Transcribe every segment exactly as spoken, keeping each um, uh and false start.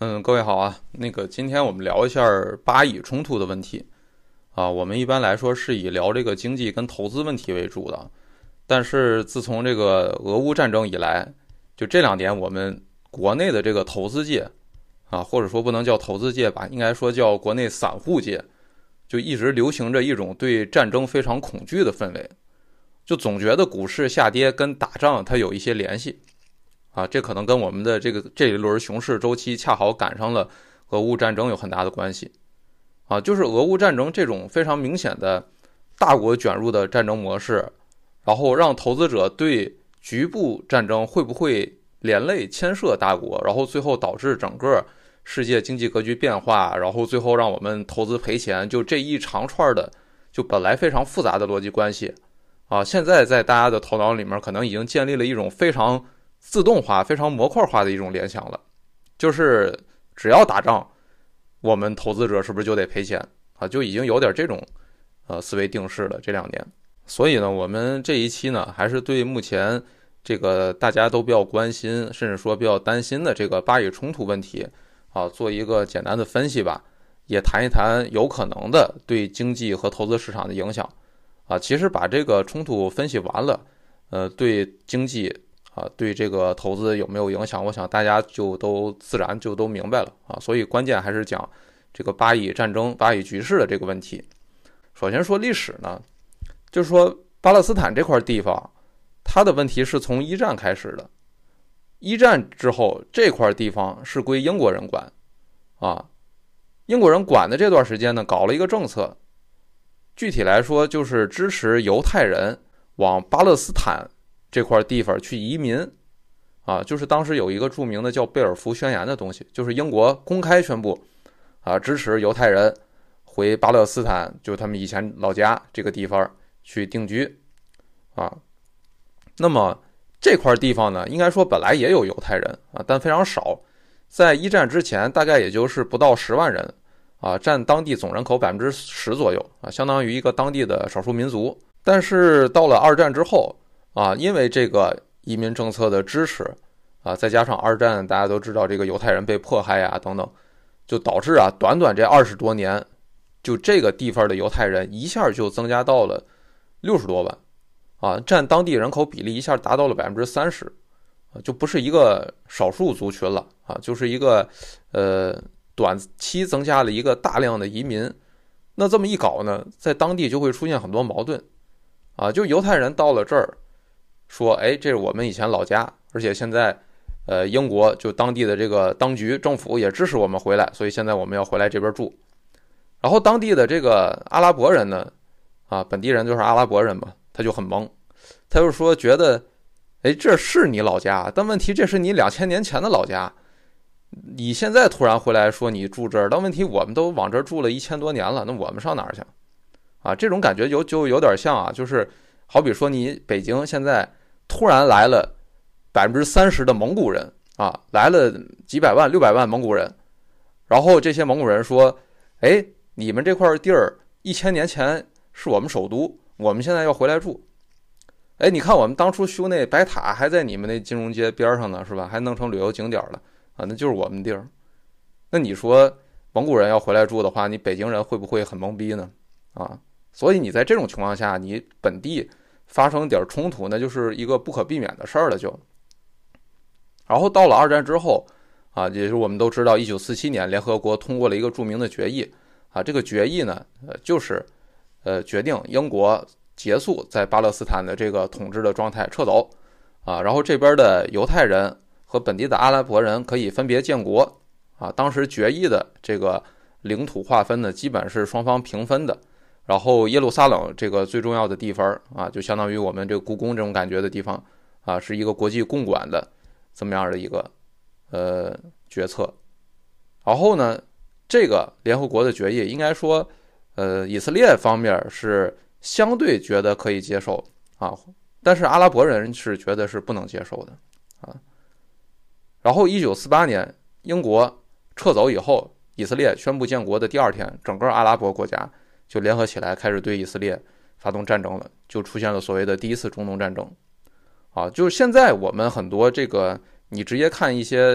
嗯，各位好啊。那个，今天我们聊一下巴以冲突的问题啊。我们一般来说是以聊这个经济跟投资问题为主的，但是自从这个俄乌战争以来，就这两年我们国内的这个投资界啊，或者说不能叫投资界吧，应该说叫国内散户界，就一直流行着一种对战争非常恐惧的氛围，就总觉得股市下跌跟打仗它有一些联系。啊，这可能跟我们的这个这一轮熊市周期恰好赶上了俄乌战争有很大的关系。啊，就是俄乌战争这种非常明显的大国卷入的战争模式，然后让投资者对局部战争会不会连累牵涉大国，然后最后导致整个世界经济格局变化，然后最后让我们投资赔钱，就这一长串的就本来非常复杂的逻辑关系啊，现在在大家的头脑里面可能已经建立了一种非常自动化、非常模块化的一种联想了，就是只要打仗，我们投资者是不是就得赔钱啊？就已经有点这种呃思维定式了这两年。所以呢，我们这一期呢，还是对目前这个大家都比较关心，甚至说比较担心的这个巴以冲突问题啊，做一个简单的分析吧，也谈一谈有可能的对经济和投资市场的影响啊。其实把这个冲突分析完了，呃，对经济啊，对这个投资有没有影响？我想大家就都自然就都明白了啊。所以关键还是讲这个巴以战争、巴以局势的这个问题。首先说历史呢，就是说巴勒斯坦这块地方，它的问题是从一战开始的。一战之后，这块地方是归英国人管啊。英国人管的这段时间呢，搞了一个政策，具体来说就是支持犹太人往巴勒斯坦这块地方去移民啊，就是当时有一个著名的叫贝尔福宣言的东西，就是英国公开宣布啊，支持犹太人回巴勒斯坦，就他们以前老家这个地方去定居啊。那么这块地方呢，应该说本来也有犹太人啊，但非常少，在一战之前大概也就是不到十万人啊，占当地总人口百分之十左右啊，相当于一个当地的少数民族。但是到了二战之后啊，因为这个移民政策的支持啊，再加上二战大家都知道这个犹太人被迫害呀等等，就导致啊，短短这二十多年，就这个地方的犹太人一下就增加到了六十多万啊，占当地人口比例一下达到了百分之三十啊，就不是一个少数族群了啊，就是一个呃短期增加了一个大量的移民。那这么一搞呢，在当地就会出现很多矛盾啊，就犹太人到了这儿。说，哎，这是我们以前老家，而且现在，呃，英国就当地的这个当局政府也支持我们回来，所以现在我们要回来这边住。然后当地的这个阿拉伯人呢，啊，本地人就是阿拉伯人嘛，他就很懵，他就说觉得，哎，这是你老家，但问题这是你两千年前的老家，你现在突然回来说你住这儿，但问题我们都往这儿住了一千多年了，那我们上哪儿去？啊，这种感觉有就有点像啊，就是好比说你北京现在突然来了百分之三十的蒙古人啊，来了几百万、六百万蒙古人，然后这些蒙古人说：“哎，你们这块地儿一千年前是我们首都，我们现在要回来住。哎，你看我们当初修那白塔还在你们那金融街边上呢，是吧？还弄成旅游景点了啊，那就是我们地儿。那你说蒙古人要回来住的话，你北京人会不会很懵逼呢？啊，所以你在这种情况下，你本地发生点冲突，那就是一个不可避免的事儿了就。然后到了二战之后啊，也就是我们都知道，一九四七年联合国通过了一个著名的决议啊，这个决议呢，呃，就是呃决定英国结束在巴勒斯坦的这个统治的状态，撤走啊，然后这边的犹太人和本地的阿拉伯人可以分别建国啊。当时决议的这个领土划分呢，基本是双方平分的。然后耶路撒冷这个最重要的地方啊，就相当于我们这个故宫这种感觉的地方啊，是一个国际共管的这么样的一个呃决策。然后呢，这个联合国的决议应该说，呃，以色列方面是相对觉得可以接受啊，但是阿拉伯人是觉得是不能接受的啊。然后一九四八年英国撤走以后，以色列宣布建国的第二天，整个阿拉伯国家就联合起来开始对以色列发动战争了，就出现了所谓的第一次中东战争啊。就是现在我们很多这个你直接看一些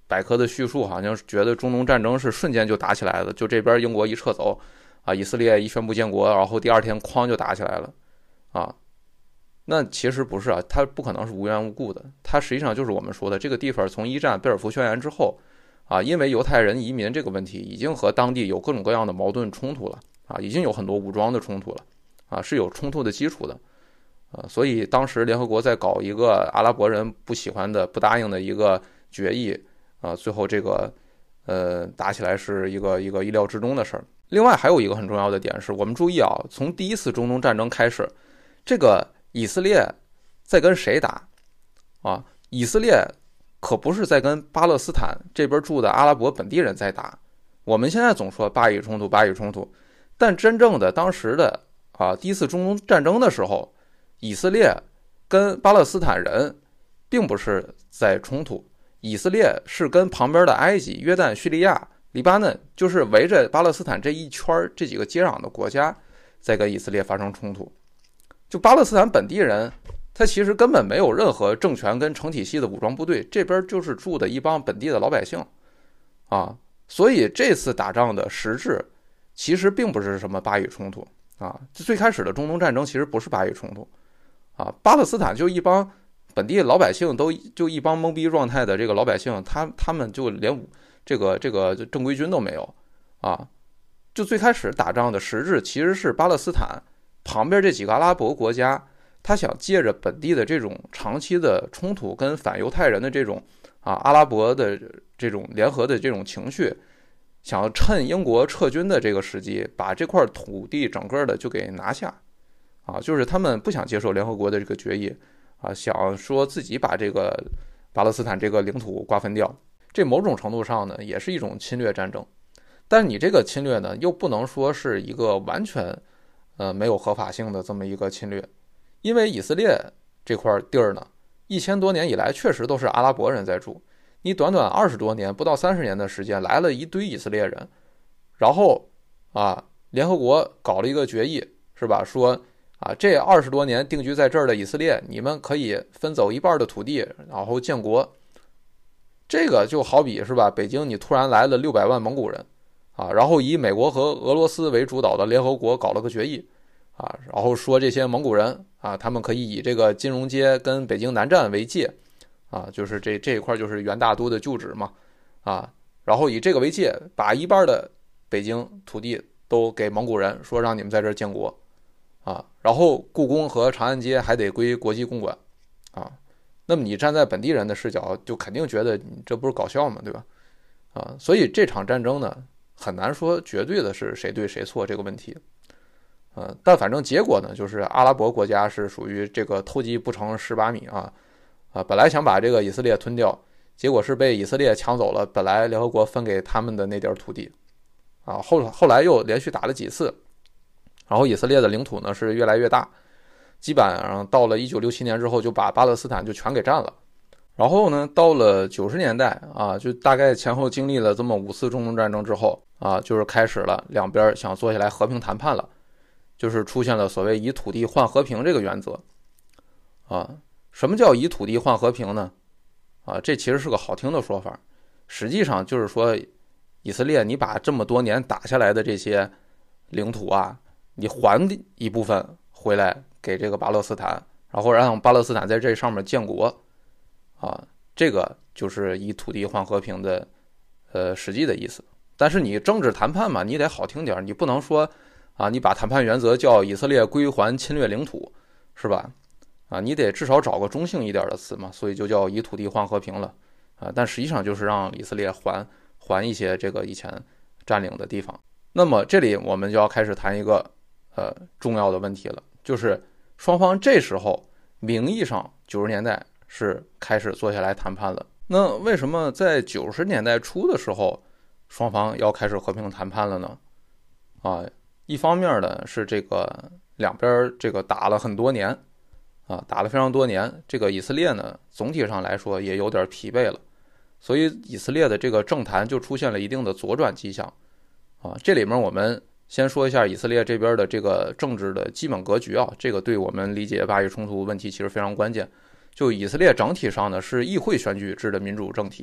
百科的叙述好像觉得中东战争是瞬间就打起来的，就这边英国一撤走啊，以色列一宣布建国，然后第二天哐就打起来了啊。那其实不是啊，它不可能是无缘无故的，它实际上就是我们说的这个地方从一战贝尔福宣言之后啊，因为犹太人移民这个问题已经和当地有各种各样的矛盾冲突了啊，已经有很多武装的冲突了啊，是有冲突的基础的啊，所以当时联合国在搞一个阿拉伯人不喜欢的、不答应的一个决议啊，最后这个呃打起来是一个一个意料之中的事儿。另外还有一个很重要的点是，我们注意啊，从第一次中东战争开始，这个以色列在跟谁打啊？以色列可不是在跟巴勒斯坦这边住的阿拉伯本地人在打。我们现在总说巴以冲突，巴以冲突，但真正的当时的啊第一次中东战争的时候，以色列跟巴勒斯坦人并不是在冲突，以色列是跟旁边的埃及、约旦、叙利亚、黎巴嫩，就是围着巴勒斯坦这一圈这几个接壤的国家在跟以色列发生冲突。就巴勒斯坦本地人，他其实根本没有任何政权跟成体系的武装部队，这边就是住的一帮本地的老百姓啊。所以这次打仗的实质其实并不是什么巴以冲突啊，最开始的中东战争其实不是巴以冲突啊，巴勒斯坦就一帮本地老百姓，都就一帮懵逼状态的这个老百姓，他他们就连这个这个正规军都没有啊。就最开始打仗的实质其实是巴勒斯坦旁边这几个阿拉伯国家，他想借着本地的这种长期的冲突跟反犹太人的这种啊阿拉伯的这种联合的这种情绪，想要趁英国撤军的这个时机，把这块土地整个的就给拿下啊，就是他们不想接受联合国的这个决议啊，想说自己把这个巴勒斯坦这个领土瓜分掉。这某种程度上呢，也是一种侵略战争，但是你这个侵略呢，又不能说是一个完全呃没有合法性的这么一个侵略，因为以色列这块地儿呢，一千多年以来确实都是阿拉伯人在住，你短短二十多年，不到三十年的时间，来了一堆以色列人，然后啊，联合国搞了一个决议，是吧？说啊，这二十多年定居在这儿的以色列，你们可以分走一半的土地，然后建国。这个就好比是吧？北京你突然来了六百万蒙古人啊，然后以美国和俄罗斯为主导的联合国搞了个决议啊，然后说这些蒙古人啊，他们可以以这个金融街跟北京南站为界啊，就是这这一块就是元大都的旧址嘛啊，然后以这个为界，把一半的北京土地都给蒙古人，说让你们在这儿建国啊，然后故宫和长安街还得归国际公馆啊。那么你站在本地人的视角，就肯定觉得你这不是搞笑吗？对吧？啊，所以这场战争呢，很难说绝对的是谁对谁错这个问题。呃，但反正结果呢，就是阿拉伯国家是属于这个偷鸡不成蚀把米啊啊！本来想把这个以色列吞掉，结果是被以色列抢走了本来联合国分给他们的那点土地啊。后后来又连续打了几次，然后以色列的领土呢是越来越大。基本上到了一九六七年之后，就把巴勒斯坦就全给占了。然后呢，到了九十年代啊，就大概前后经历了这么五次中东战争之后啊，就是开始了两边想坐下来和平谈判了，就是出现了所谓以土地换和平这个原则啊。什么叫以土地换和平呢？啊，这其实是个好听的说法，实际上就是说，以色列你把这么多年打下来的这些领土啊，你还一部分回来给这个巴勒斯坦，然后让巴勒斯坦在这上面建国啊，这个就是以土地换和平的呃实际的意思。但是你政治谈判嘛，你得好听点，你不能说啊，你把谈判原则叫以色列归还侵略领土，是吧？啊，你得至少找个中性一点的词嘛，所以就叫以土地换和平了啊。但实际上就是让以色列还还一些这个以前占领的地方。那么这里我们就要开始谈一个呃重要的问题了，就是双方这时候名义上九十年代是开始坐下来谈判了，那为什么在九十年代初的时候双方要开始和平谈判了呢？啊，一方面呢是这个两边这个打了很多年啊，打了非常多年，这个以色列呢总体上来说也有点疲惫了，所以以色列的这个政坛就出现了一定的左转迹象啊。这里面我们先说一下以色列这边的这个政治的基本格局啊，这个对我们理解巴以冲突问题其实非常关键。就以色列整体上呢是议会选举制的民主政体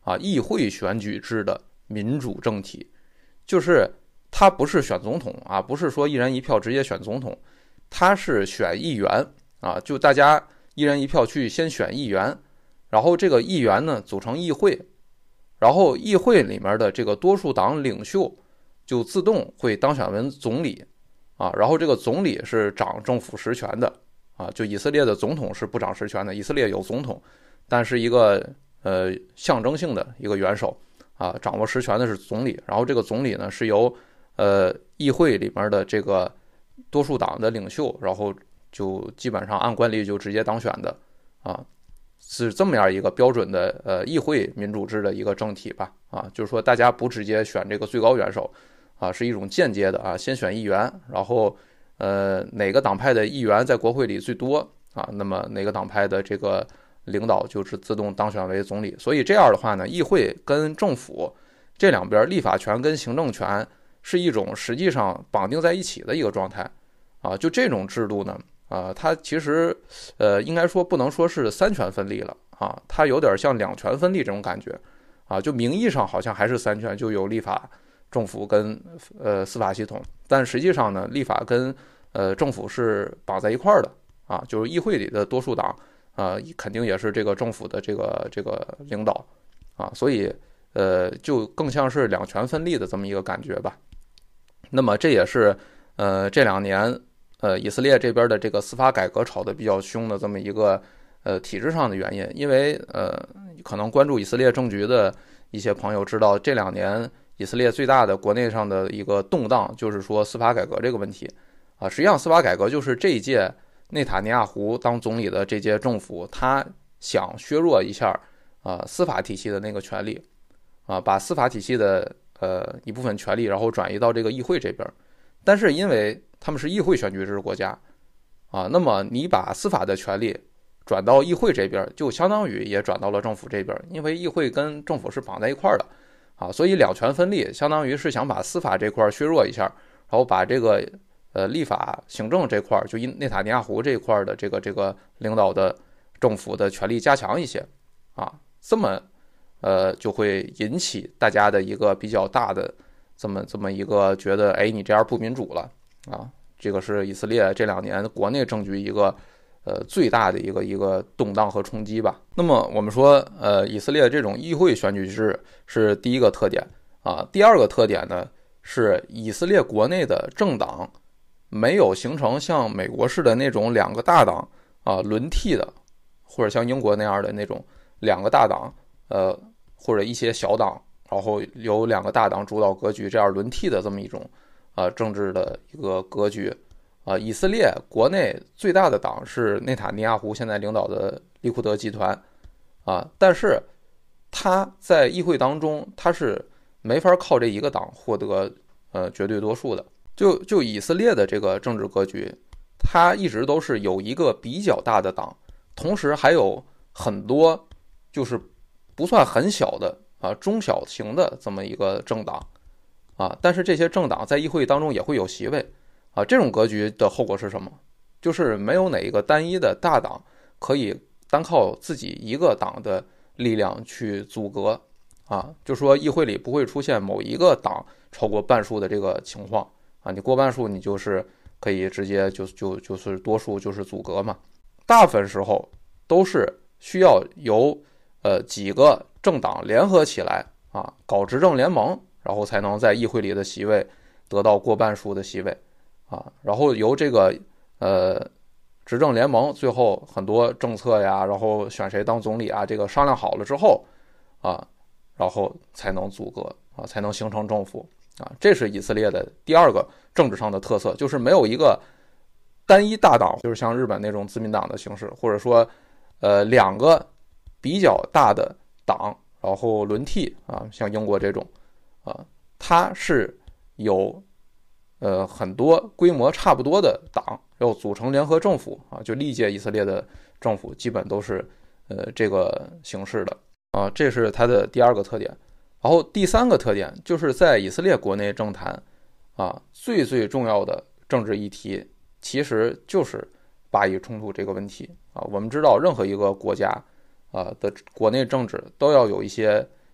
啊议会选举制的民主政体，就是它不是选总统啊，不是说一人一票直接选总统，它是选议员啊，就大家一人一票去先选议员，然后这个议员呢组成议会，然后议会里面的这个多数党领袖就自动会当选为总理啊，然后这个总理是掌政府实权的啊，就以色列的总统是不掌实权的，以色列有总统，但是一个呃象征性的一个元首啊，掌握实权的是总理，然后这个总理呢是由呃议会里面的这个多数党的领袖，然后就基本上按惯例就直接当选的啊。是这么样一个标准的呃议会民主制的一个政体吧，啊，就是说大家不直接选这个最高元首，啊，是一种间接的啊，先选议员，然后呃哪个党派的议员在国会里最多啊，那么哪个党派的这个领导就是自动当选为总理。所以这样的话呢，议会跟政府这两边立法权跟行政权是一种实际上绑定在一起的一个状态啊，就这种制度呢。啊，它其实，呃，应该说不能说是三权分立了啊，它有点像两权分立这种感觉，啊，就名义上好像还是三权，就有立法、政府跟呃司法系统，但实际上呢，立法跟呃政府是绑在一块儿的啊，就是议会里的多数党啊，肯定也是这个政府的这个这个领导啊，所以呃，就更像是两权分立的这么一个感觉吧。那么这也是呃这两年。呃，以色列这边的这个司法改革吵得比较凶的这么一个呃体制上的原因，因为呃可能关注以色列政局的一些朋友知道，这两年以色列最大的国内上的一个动荡就是说司法改革这个问题啊。实际上司法改革就是这一届内塔尼亚胡当总理的这届政府，他想削弱一下啊司法体系的那个权利啊，把司法体系的呃一部分权利然后转移到这个议会这边，但是因为他们是议会选举制国家，啊，那么你把司法的权利转到议会这边，就相当于也转到了政府这边，因为议会跟政府是绑在一块的，啊，所以两权分立，相当于是想把司法这块削弱一下，然后把这个呃立法行政这块，就内塔尼亚胡这一块的这个这个领导的政府的权力加强一些，啊，这么呃就会引起大家的一个比较大的这么这么一个觉得，哎，你这样不民主了。啊，这个是以色列这两年国内政局一个呃最大的一个一个动荡和冲击吧。那么我们说，呃，以色列这种议会选举制是第一个特点啊。第二个特点呢是以色列国内的政党没有形成像美国式的那种两个大党啊轮替的，或者像英国那样的那种两个大党，呃，或者一些小党，然后由两个大党主导格局这样轮替的这么一种。啊，政治的一个格局啊，以色列国内最大的党是内塔尼亚胡现在领导的利库德集团啊，但是他在议会当中他是没法靠这一个党获得呃绝对多数的。就就以色列的这个政治格局，它一直都是有一个比较大的党，同时还有很多就是不算很小的啊中小型的这么一个政党。啊，但是这些政党在议会当中也会有席位，啊，这种格局的后果是什么？就是没有哪一个单一的大党可以单靠自己一个党的力量去阻隔，啊，就说议会里不会出现某一个党超过半数的这个情况，啊，你过半数你就是可以直接就就就是多数就是阻隔嘛。大部分时候都是需要由呃几个政党联合起来啊，搞执政联盟。然后才能在议会里的席位得到过半数的席位，啊，然后由这个呃执政联盟最后很多政策呀，然后选谁当总理啊，这个商量好了之后，啊，然后才能组阁啊，才能形成政府啊，这是以色列的第二个政治上的特色，就是没有一个单一大党，就是像日本那种自民党的形式，或者说呃两个比较大的党，然后轮替啊，像英国这种。啊，它是有呃很多规模差不多的党要组成联合政府啊，就历届以色列的政府基本都是呃这个形式的啊，这是它的第二个特点。然后第三个特点就是在以色列国内政坛啊，最最重要的政治议题其实就是巴以冲突这个问题啊。我们知道任何一个国家啊的国内政治都要有一些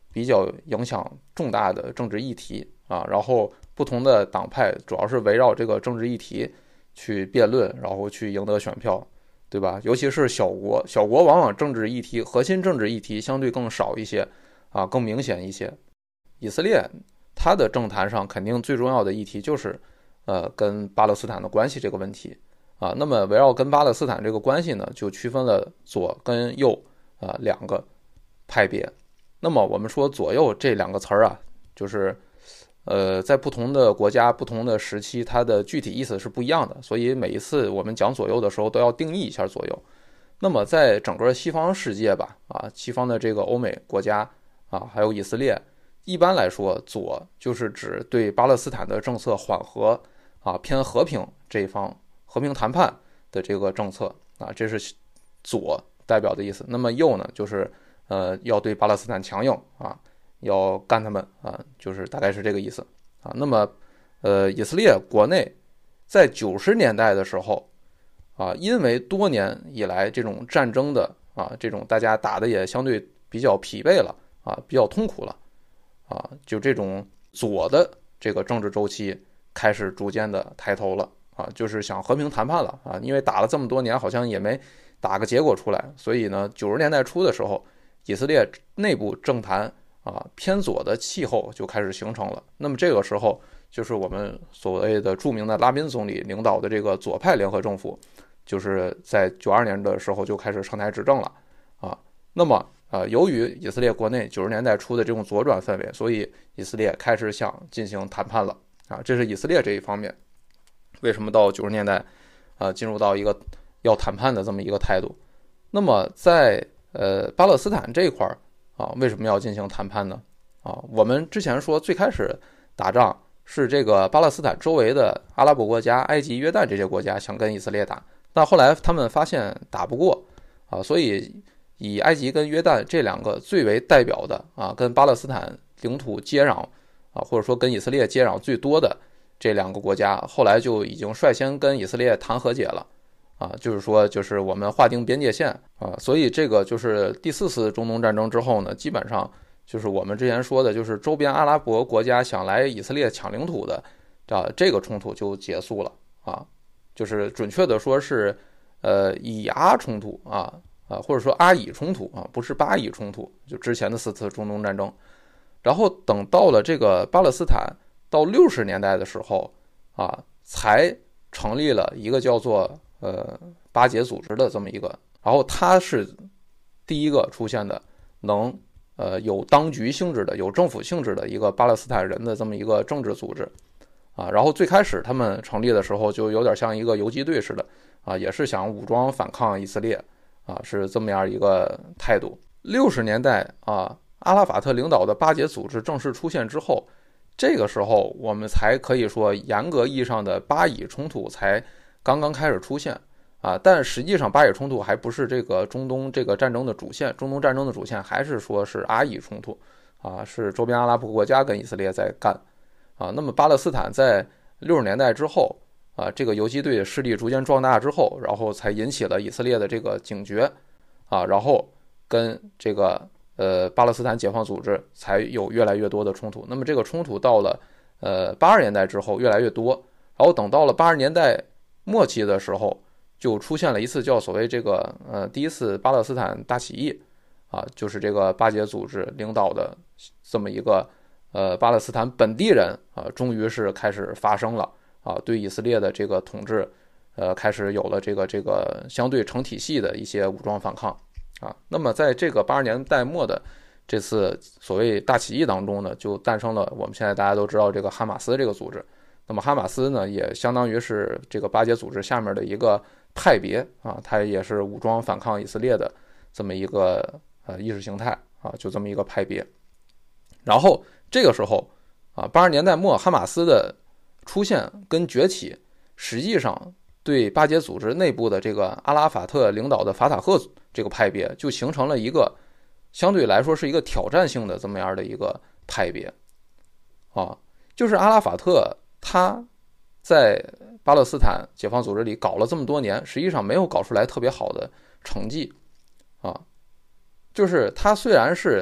比较影响重大的政治议题啊，然后不同的党派主要是围绕这个政治议题去辩论，然后去赢得选票，对吧？尤其是小国，小国往往政治议题、核心政治议题相对更少一些啊，更明显一些。以色列它的政坛上肯定最重要的议题就是呃跟巴勒斯坦的关系这个问题啊。那么围绕跟巴勒斯坦这个关系呢，就区分了左跟右啊两个派别。那么我们说左右这两个词儿啊，就是呃在不同的国家、不同的时期，它的具体意思是不一样的。所以每一次我们讲左右的时候，都要定义一下左右。那么在整个西方世界吧，啊，西方的这个欧美国家啊，还有以色列，一般来说，左就是指对巴勒斯坦的政策缓和啊，偏和平这一方，和平谈判的这个政策啊，这是左代表的意思。那么右呢，就是呃要对巴勒斯坦强硬啊，要干他们啊，就是大概是这个意思啊。那么呃，以色列国内在九十年代的时候啊，因为多年以来这种战争的啊，这种大家打的也相对比较疲惫了啊，比较痛苦了。啊，就这种左的这个政治周期开始逐渐的抬头了啊，就是想和平谈判了啊，因为打了这么多年，好像也没打个结果出来，所以呢，九十年代初的时候，以色列内部政坛啊偏左的气候就开始形成了。那么这个时候，就是我们所谓的著名的拉宾总理领导的这个左派联合政府，就是在九二年的时候就开始上台执政了啊。那么啊，由于以色列国内九十年代初的这种左转氛围，所以以色列开始想进行谈判了啊。这是以色列这一方面，为什么到九十年代啊进入到一个要谈判的这么一个态度？那么在呃巴勒斯坦这一块啊，为什么要进行谈判呢？啊，我们之前说最开始打仗是这个巴勒斯坦周围的阿拉伯国家、埃及、约旦这些国家想跟以色列打，但后来他们发现打不过啊，所以以埃及跟约旦这两个最为代表的啊，跟巴勒斯坦领土接壤啊，或者说跟以色列接壤最多的这两个国家，后来就已经率先跟以色列谈和解了啊，就是说就是我们划定边界线啊，所以这个就是第四次中东战争之后呢，基本上就是我们之前说的，就是周边阿拉伯国家想来以色列抢领土的啊，这个冲突就结束了啊，就是准确的说是呃以阿冲突啊。啊，或者说阿以冲突啊，不是巴以冲突，就之前的四次中东战争。然后等到了这个巴勒斯坦到六十年代的时候啊，才成立了一个叫做呃巴解组织的这么一个，然后它是第一个出现的能呃有当局性质的、有政府性质的一个巴勒斯坦人的这么一个政治组织啊。然后最开始他们成立的时候就有点像一个游击队似的啊，也是想武装反抗以色列。啊，是这么样一个态度。六十年代啊，阿拉法特领导的巴解组织正式出现之后，这个时候我们才可以说严格意义上的巴以冲突才刚刚开始出现啊。但实际上巴以冲突还不是这个中东这个战争的主线，中东战争的主线还是说是阿以冲突啊，是周边阿拉伯国家跟以色列在干啊。那么巴勒斯坦在六十年代之后。啊，这个游击队势力逐渐壮大之后，然后才引起了以色列的这个警觉，啊，然后跟这个呃巴勒斯坦解放组织才有越来越多的冲突。那么这个冲突到了呃八十年代之后越来越多，然后等到了八十年代末期的时候，就出现了一次叫所谓这个呃第一次巴勒斯坦大起义，啊，就是这个巴解组织领导的这么一个呃巴勒斯坦本地人啊，终于是开始发生了。啊，对以色列的这个统治，呃，开始有了这个这个相对成体系的一些武装反抗啊。那么在这个八十年代末的这次所谓大起义当中呢，就诞生了我们现在大家都知道这个哈马斯这个组织。那么哈马斯呢，也相当于是这个巴解组织下面的一个派别啊，它也是武装反抗以色列的这么一个呃意识形态啊，就这么一个派别。然后这个时候啊，八十年代末哈马斯的出现跟崛起，实际上对巴解组织内部的这个阿拉法特领导的法塔赫这个派别，就形成了一个相对来说是一个挑战性的这么样的一个派别啊，就是阿拉法特他在巴勒斯坦解放组织里搞了这么多年，实际上没有搞出来特别好的成绩啊，就是他虽然是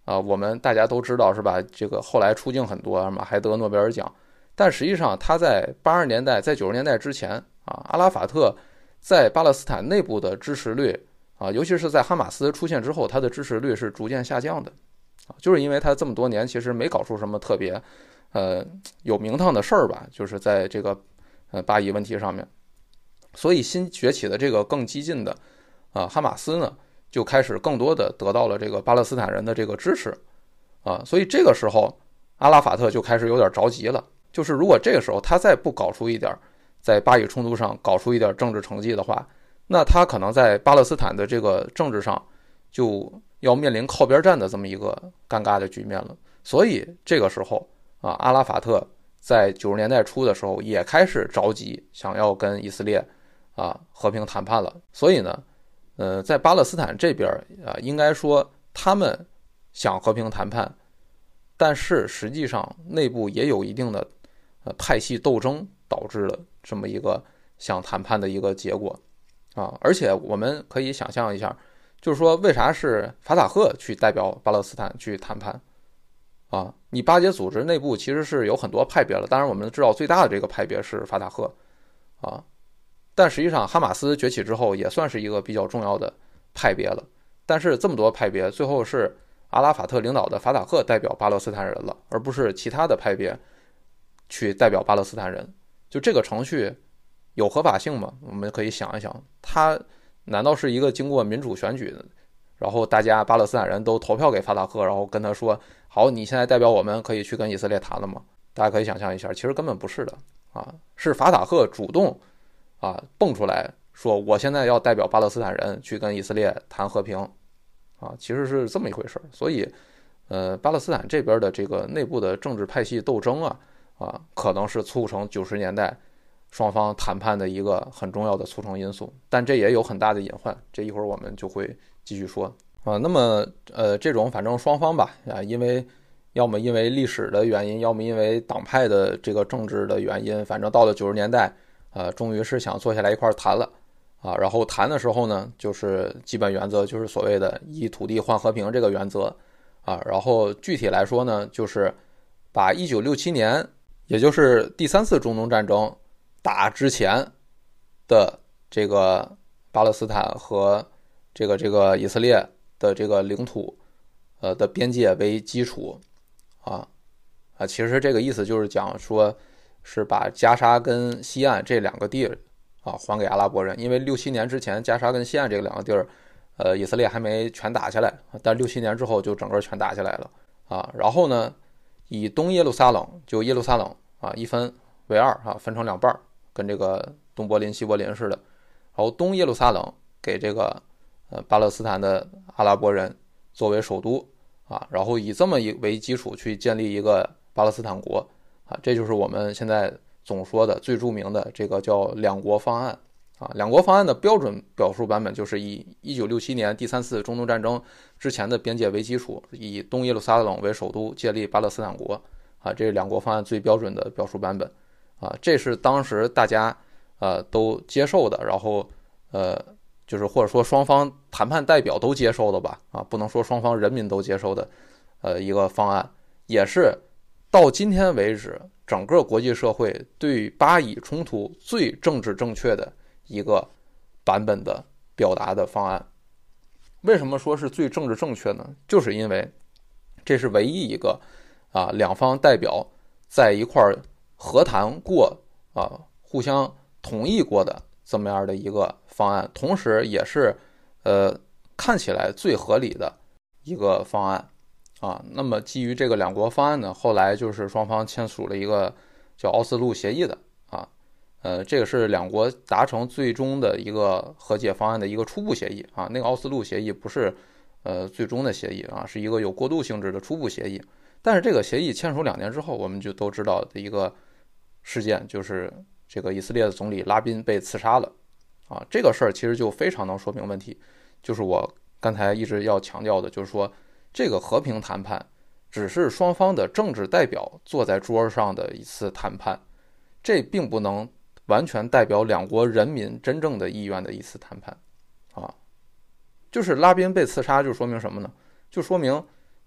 啊，我们大家都知道是吧？这个后来出境很多，什么还得诺贝尔奖。但实际上他在八十年代、在九十年代之前啊，阿拉法特在巴勒斯坦内部的支持率啊，尤其是在哈马斯出现之后，他的支持率是逐渐下降的啊，就是因为他这么多年其实没搞出什么特别呃有名堂的事儿吧，就是在这个呃巴以问题上面，所以新崛起的这个更激进的啊哈马斯呢，就开始更多的得到了这个巴勒斯坦人的这个支持啊，所以这个时候阿拉法特就开始有点着急了，就是如果这个时候他再不搞出一点在巴以冲突上搞出一点政治成绩的话，那他可能在巴勒斯坦的这个政治上就要面临靠边站的这么一个尴尬的局面了。所以这个时候啊，阿拉法特在九十年代初的时候也开始着急，想要跟以色列啊和平谈判了。所以呢，呃，在巴勒斯坦这边啊，应该说他们想和平谈判，但是实际上内部也有一定的呃派系斗争，导致了这么一个想谈判的一个结果啊。而且我们可以想象一下，就是说为啥是法塔赫去代表巴勒斯坦去谈判啊？你巴解组织内部其实是有很多派别了，当然我们知道最大的这个派别是法塔赫啊，但实际上哈马斯崛起之后也算是一个比较重要的派别了。但是这么多派别，最后是阿拉法特领导的法塔赫代表巴勒斯坦人了，而不是其他的派别去代表巴勒斯坦人。就这个程序有合法性吗？我们可以想一想，它难道是一个经过民主选举的，然后大家巴勒斯坦人都投票给法塔赫，然后跟他说好，你现在代表我们可以去跟以色列谈了吗？大家可以想象一下，其实根本不是的啊，是法塔赫主动啊蹦出来说我现在要代表巴勒斯坦人去跟以色列谈和平啊，其实是这么一回事。所以呃，巴勒斯坦这边的这个内部的政治派系斗争啊啊，可能是促成九十年代双方谈判的一个很重要的促成因素，但这也有很大的隐患，这一会儿我们就会继续说啊。那么呃，这种反正双方吧啊，因为要么因为历史的原因，要么因为党派的这个政治的原因，反正到了九十年代，呃，终于是想坐下来一块谈了啊。然后谈的时候呢，就是基本原则就是所谓的以土地换和平这个原则啊。然后具体来说呢，就是把一九六七年，也就是第三次中东战争打之前的这个巴勒斯坦和这个这个以色列的这个领土呃的边界为基础啊啊，其实这个意思就是讲说是把加沙跟西岸这两个地啊还给阿拉伯人，因为六七年之前加沙跟西岸这两个地儿呃以色列还没全打下来，但六七年之后就整个全打下来了啊。然后呢，以东耶路撒冷就耶路撒冷啊一分为二啊，分成两半，跟这个东柏林西柏林似的。然后东耶路撒冷给这个呃巴勒斯坦的阿拉伯人作为首都啊，然后以这么一为基础去建立一个巴勒斯坦国啊，这就是我们现在总说的最著名的这个叫两国方案啊。两国方案的标准表述版本就是以一九六七年第三次中东战争之前的边界为基础，以东耶路撒冷为首都建立巴勒斯坦国啊，这是两国方案最标准的表述版本啊，这是当时大家呃都接受的，然后呃就是或者说双方谈判代表都接受的吧啊，不能说双方人民都接受的呃一个方案，也是到今天为止整个国际社会对巴以冲突最政治正确的一个版本的表达的方案。为什么说是最政治正确呢？就是因为这是唯一一个啊两方代表在一块和谈过啊互相同意过的这么样的一个方案，同时也是呃看起来最合理的一个方案啊。那么基于这个两国方案呢，后来就是双方签署了一个叫奥斯陆协议的啊，呃，这个是两国达成最终的一个和解方案的一个初步协议啊。那个奥斯陆协议不是呃最终的协议啊，是一个有过渡性质的初步协议。但是这个协议签署两年之后，我们就都知道的一个事件就是这个以色列的总理拉宾被刺杀了啊。这个事儿其实就非常能说明问题，就是我刚才一直要强调的，就是说这个和平谈判只是双方的政治代表坐在桌上的一次谈判，这并不能完全代表两国人民真正的意愿的一次谈判啊。就是拉宾被刺杀就说明什么呢？就说明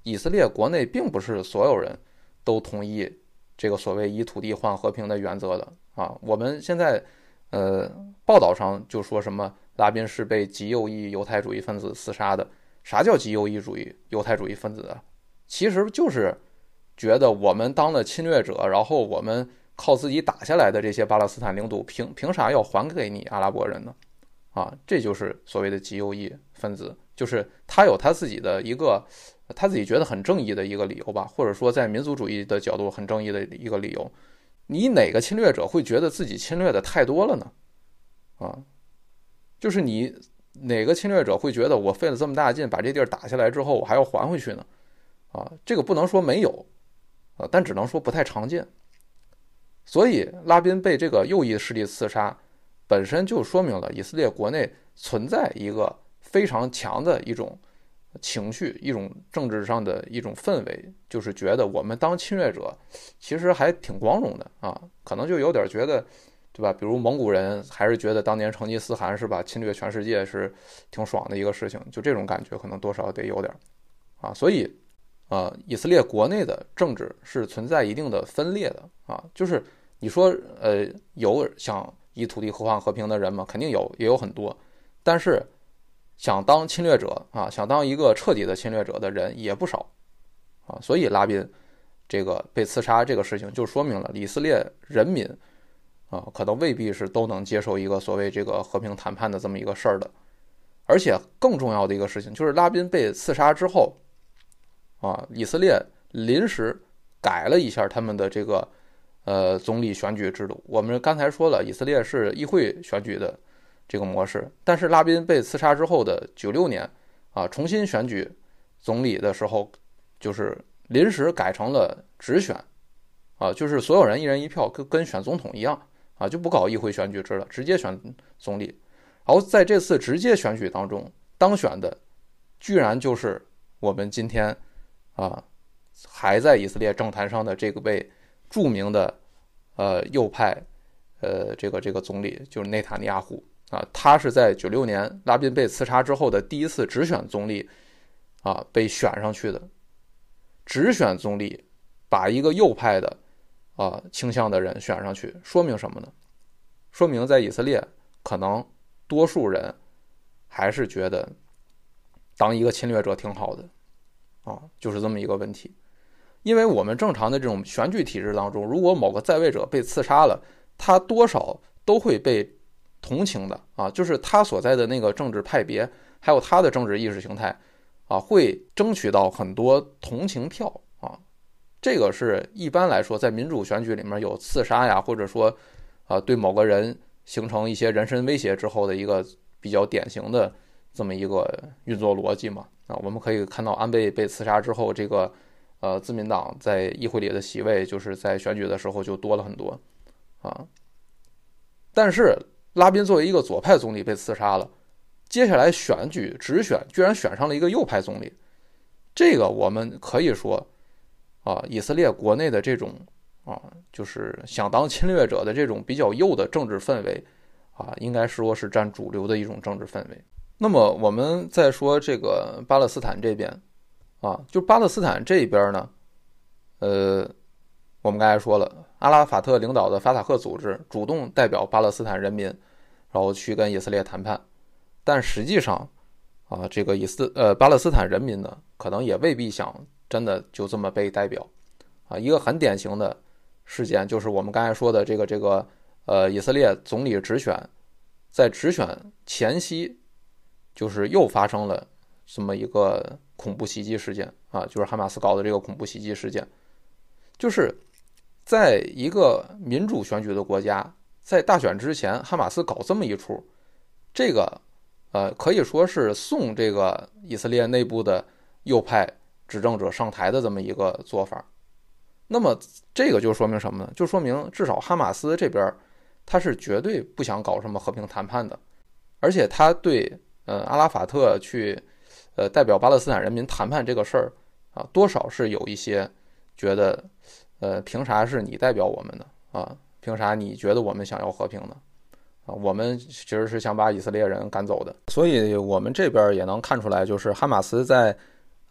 以色列国内并不是所有人都同意这个所谓以土地换和平的原则的啊。我们现在呃报道上就说什么拉宾是被极右翼犹太主义分子刺杀的。啥叫极右翼主义犹太主义分子啊？其实就是觉得我们当了侵略者，然后我们靠自己打下来的这些巴勒斯坦领土，凭凭啥要还给你阿拉伯人呢？啊，这就是所谓的极右翼分子，就是他有他自己的一个他自己觉得很正义的一个理由吧，或者说在民族主义的角度很正义的一个理由。你哪个侵略者会觉得自己侵略的太多了呢？啊，就是你哪个侵略者会觉得我费了这么大劲把这地儿打下来之后我还要还回去呢？啊，这个不能说没有，啊，但只能说不太常见。所以拉宾被这个右翼势力刺杀，本身就说明了以色列国内存在一个非常强的一种情绪，一种政治上的一种氛围，就是觉得我们当侵略者其实还挺光荣的啊，可能就有点觉得，对吧？比如蒙古人还是觉得当年成吉思汗是吧，侵略全世界是挺爽的一个事情，就这种感觉可能多少得有点啊。所以啊，以色列国内的政治是存在一定的分裂的啊，就是你说呃有想以土地互换和平的人吗？肯定有，也有很多，但是想当侵略者啊，想当一个彻底的侵略者的人也不少啊。所以拉宾这个被刺杀这个事情就说明了以色列人民啊，可能未必是都能接受一个所谓这个和平谈判的这么一个事儿的。而且更重要的一个事情就是拉宾被刺杀之后啊，以色列临时改了一下他们的这个呃总理选举制度。我们刚才说了，以色列是议会选举的这个模式，但是拉宾被刺杀之后的九六年啊，重新选举总理的时候，就是临时改成了直选啊，就是所有人一人一票，跟跟选总统一样啊，就不搞议会选举制了，直接选总理。然后在这次直接选举当中当选的，居然就是我们今天啊还在以色列政坛上的这个位著名的呃右派呃这个这个总理，就是内塔尼亚胡啊，他是在九六年拉宾被刺杀之后的第一次直选总理啊被选上去的。直选总理把一个右派的啊倾向的人选上去，说明什么呢？说明在以色列可能多数人还是觉得当一个侵略者挺好的啊，就是这么一个问题。因为我们正常的这种选举体制当中，如果某个在位者被刺杀了，他多少都会被同情的啊，就是他所在的那个政治派别还有他的政治意识形态啊，会争取到很多同情票啊。这个是一般来说在民主选举里面有刺杀呀，或者说啊对某个人形成一些人身威胁之后的一个比较典型的这么一个运作逻辑嘛。啊，我们可以看到安倍被刺杀之后，这个呃自民党在议会里的席位就是在选举的时候就多了很多啊。但是拉宾作为一个左派总理被刺杀了，接下来选举直选居然选上了一个右派总理，这个我们可以说啊，以色列国内的这种啊，就是想当侵略者的这种比较右的政治氛围啊，应该说是占主流的一种政治氛围。那么我们再说这个巴勒斯坦这边啊，就巴勒斯坦这边呢，呃，我们刚才说了，阿拉法特领导的法塔赫组织主动代表巴勒斯坦人民，然后去跟以色列谈判，但实际上啊，这个以斯呃巴勒斯坦人民呢，可能也未必想真的就这么被代表啊。一个很典型的事件就是我们刚才说的这个这个呃以色列总理直选，在直选前夕，就是又发生了这么一个恐怖袭击事件啊，就是哈马斯搞的这个恐怖袭击事件。就是在一个民主选举的国家，在大选之前，哈马斯搞这么一出，这个呃可以说是送这个以色列内部的右派执政者上台的这么一个做法。那么这个就说明什么呢？就说明至少哈马斯这边他是绝对不想搞什么和平谈判的，而且他对呃阿拉法特去呃代表巴勒斯坦人民谈判这个事儿啊，多少是有一些觉得呃凭啥是你代表我们的啊？凭啥你觉得我们想要和平呢？啊，我们其实是想把以色列人赶走的。所以我们这边也能看出来，就是哈马斯在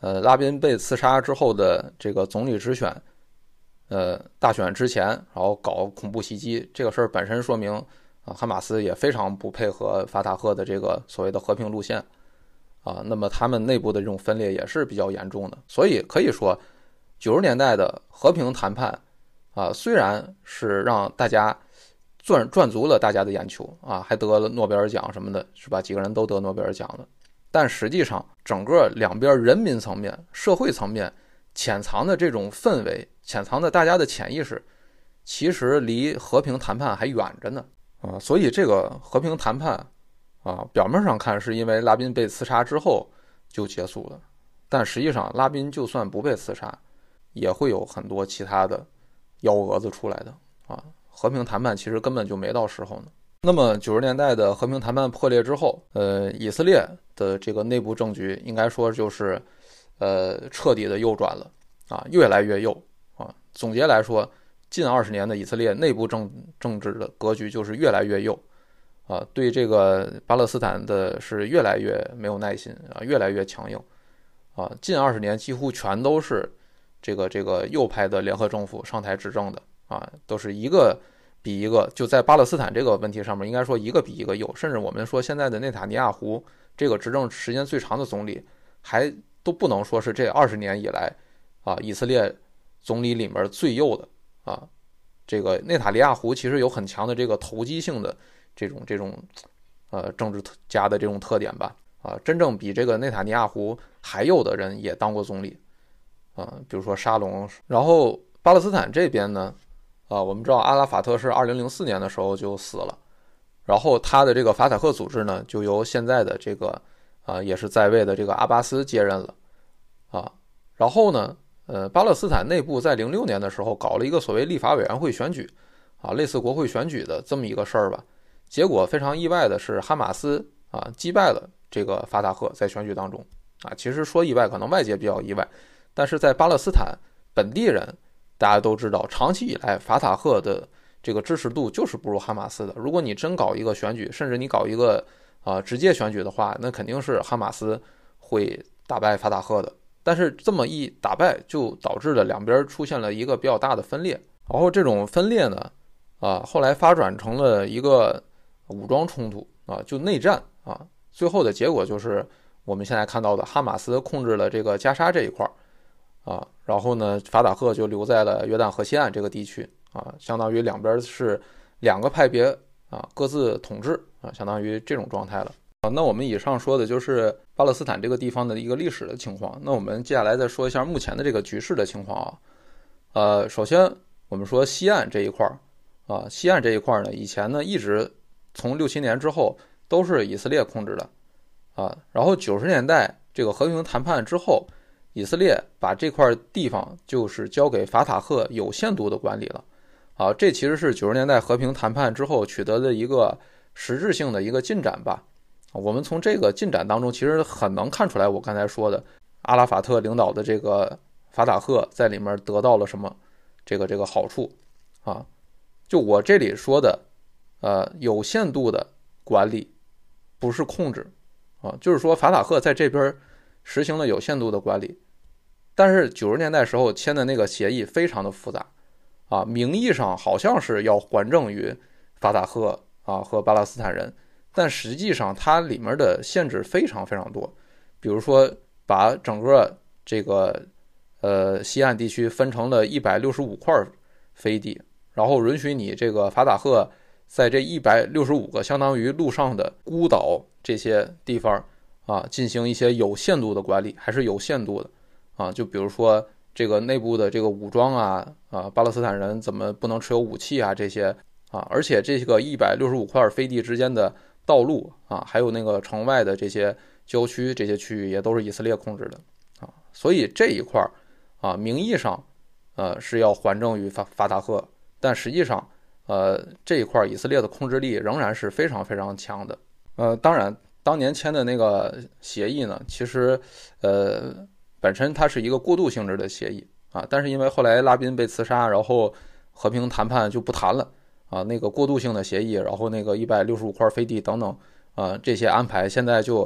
呃，拉宾被刺杀之后的这个总理直选，呃，大选之前，然后搞恐怖袭击，这个事儿本身说明啊，哈马斯也非常不配合法塔赫的这个所谓的和平路线啊。那么他们内部的这种分裂也是比较严重的，所以可以说，九十年代的和平谈判啊，虽然是让大家赚赚足了大家的眼球啊，还得了诺贝尔奖什么的，是吧？几个人都得诺贝尔奖了。但实际上，整个两边人民层面、社会层面潜藏的这种氛围，潜藏的大家的潜意识，其实离和平谈判还远着呢啊！所以这个和平谈判啊，表面上看是因为拉宾被刺杀之后就结束了，但实际上拉宾就算不被刺杀，也会有很多其他的幺蛾子出来的啊！和平谈判其实根本就没到时候呢。那么九十年代的和平谈判破裂之后，呃，以色列的这个内部政局应该说就是，呃，彻底的右转了啊，越来越右啊。总结来说，近二十年的以色列内部政政治的格局就是越来越右啊，对这个巴勒斯坦的是越来越没有耐心啊，越来越强硬啊。近二十年几乎全都是这个这个右派的联合政府上台执政的啊，都是一个比一个，就在巴勒斯坦这个问题上面，应该说一个比一个右，甚至我们说现在的内塔尼亚胡这个执政时间最长的总理，还都不能说是这二十年以来啊以色列总理里面最右的啊。这个内塔尼亚胡其实有很强的这个投机性的这种这种呃政治家的这种特点吧啊，真正比这个内塔尼亚胡还右的人也当过总理啊，比如说沙龙。然后巴勒斯坦这边呢？啊，我们知道阿拉法特是二零零四年的时候就死了，然后他的这个法塔赫组织呢，就由现在的这个啊也是在位的这个阿巴斯接任了啊。然后呢，呃，巴勒斯坦内部在零六年的时候搞了一个所谓立法委员会选举啊，类似国会选举的这么一个事儿吧。结果非常意外的是，哈马斯啊击败了这个法塔赫在选举当中啊。其实说意外，可能外界比较意外，但是在巴勒斯坦本地人。大家都知道，长期以来法塔赫的这个支持度就是不如哈马斯的。如果你真搞一个选举，甚至你搞一个啊、呃、直接选举的话，那肯定是哈马斯会打败法塔赫的。但是这么一打败，就导致了两边出现了一个比较大的分裂。然后这种分裂呢，啊后来发展成了一个武装冲突啊，就内战啊。最后的结果就是我们现在看到的，哈马斯控制了这个加沙这一块啊，然后呢，法塔赫就留在了约旦河西岸这个地区啊，相当于两边是两个派别啊，各自统治啊，相当于这种状态了啊。那我们以上说的就是巴勒斯坦这个地方的一个历史的情况。那我们接下来再说一下目前的这个局势的情况啊。呃，首先我们说西岸这一块啊，西岸这一块呢，以前呢一直从六七年之后都是以色列控制的啊，然后九十年代这个和平谈判之后。以色列把这块地方就是交给法塔赫有限度的管理了，啊，这其实是九十年代和平谈判之后取得的一个实质性的一个进展吧。我们从这个进展当中，其实很能看出来，我刚才说的阿拉法特领导的这个法塔赫在里面得到了什么这个这个好处啊。就我这里说的，呃，有限度的管理不是控制啊，就是说法塔赫在这边实行了有限度的管理，但是九十年代时候签的那个协议非常的复杂啊，名义上好像是要还政于法塔赫啊和巴勒斯坦人，但实际上它里面的限制非常非常多，比如说把整个这个呃西岸地区分成了一百六十五块飞地，然后允许你这个法塔赫在这一百六十五个相当于陆上的孤岛这些地方啊，进行一些有限度的管理，还是有限度的啊。就比如说这个内部的这个武装啊，啊，巴勒斯坦人怎么不能持有武器啊这些啊，而且这个一百六十五块飞地之间的道路啊，还有那个城外的这些郊区这些区域也都是以色列控制的啊，所以这一块啊，名义上呃是要还政于法法塔赫，但实际上呃这一块以色列的控制力仍然是非常非常强的。呃，当然。当年签的那个协议呢，其实，呃，本身它是一个过渡性质的协议啊，但是因为后来拉宾被刺杀，然后和平谈判就不谈了啊，那个过渡性的协议，然后那个一百六十五块飞地等等啊，这些安排现在就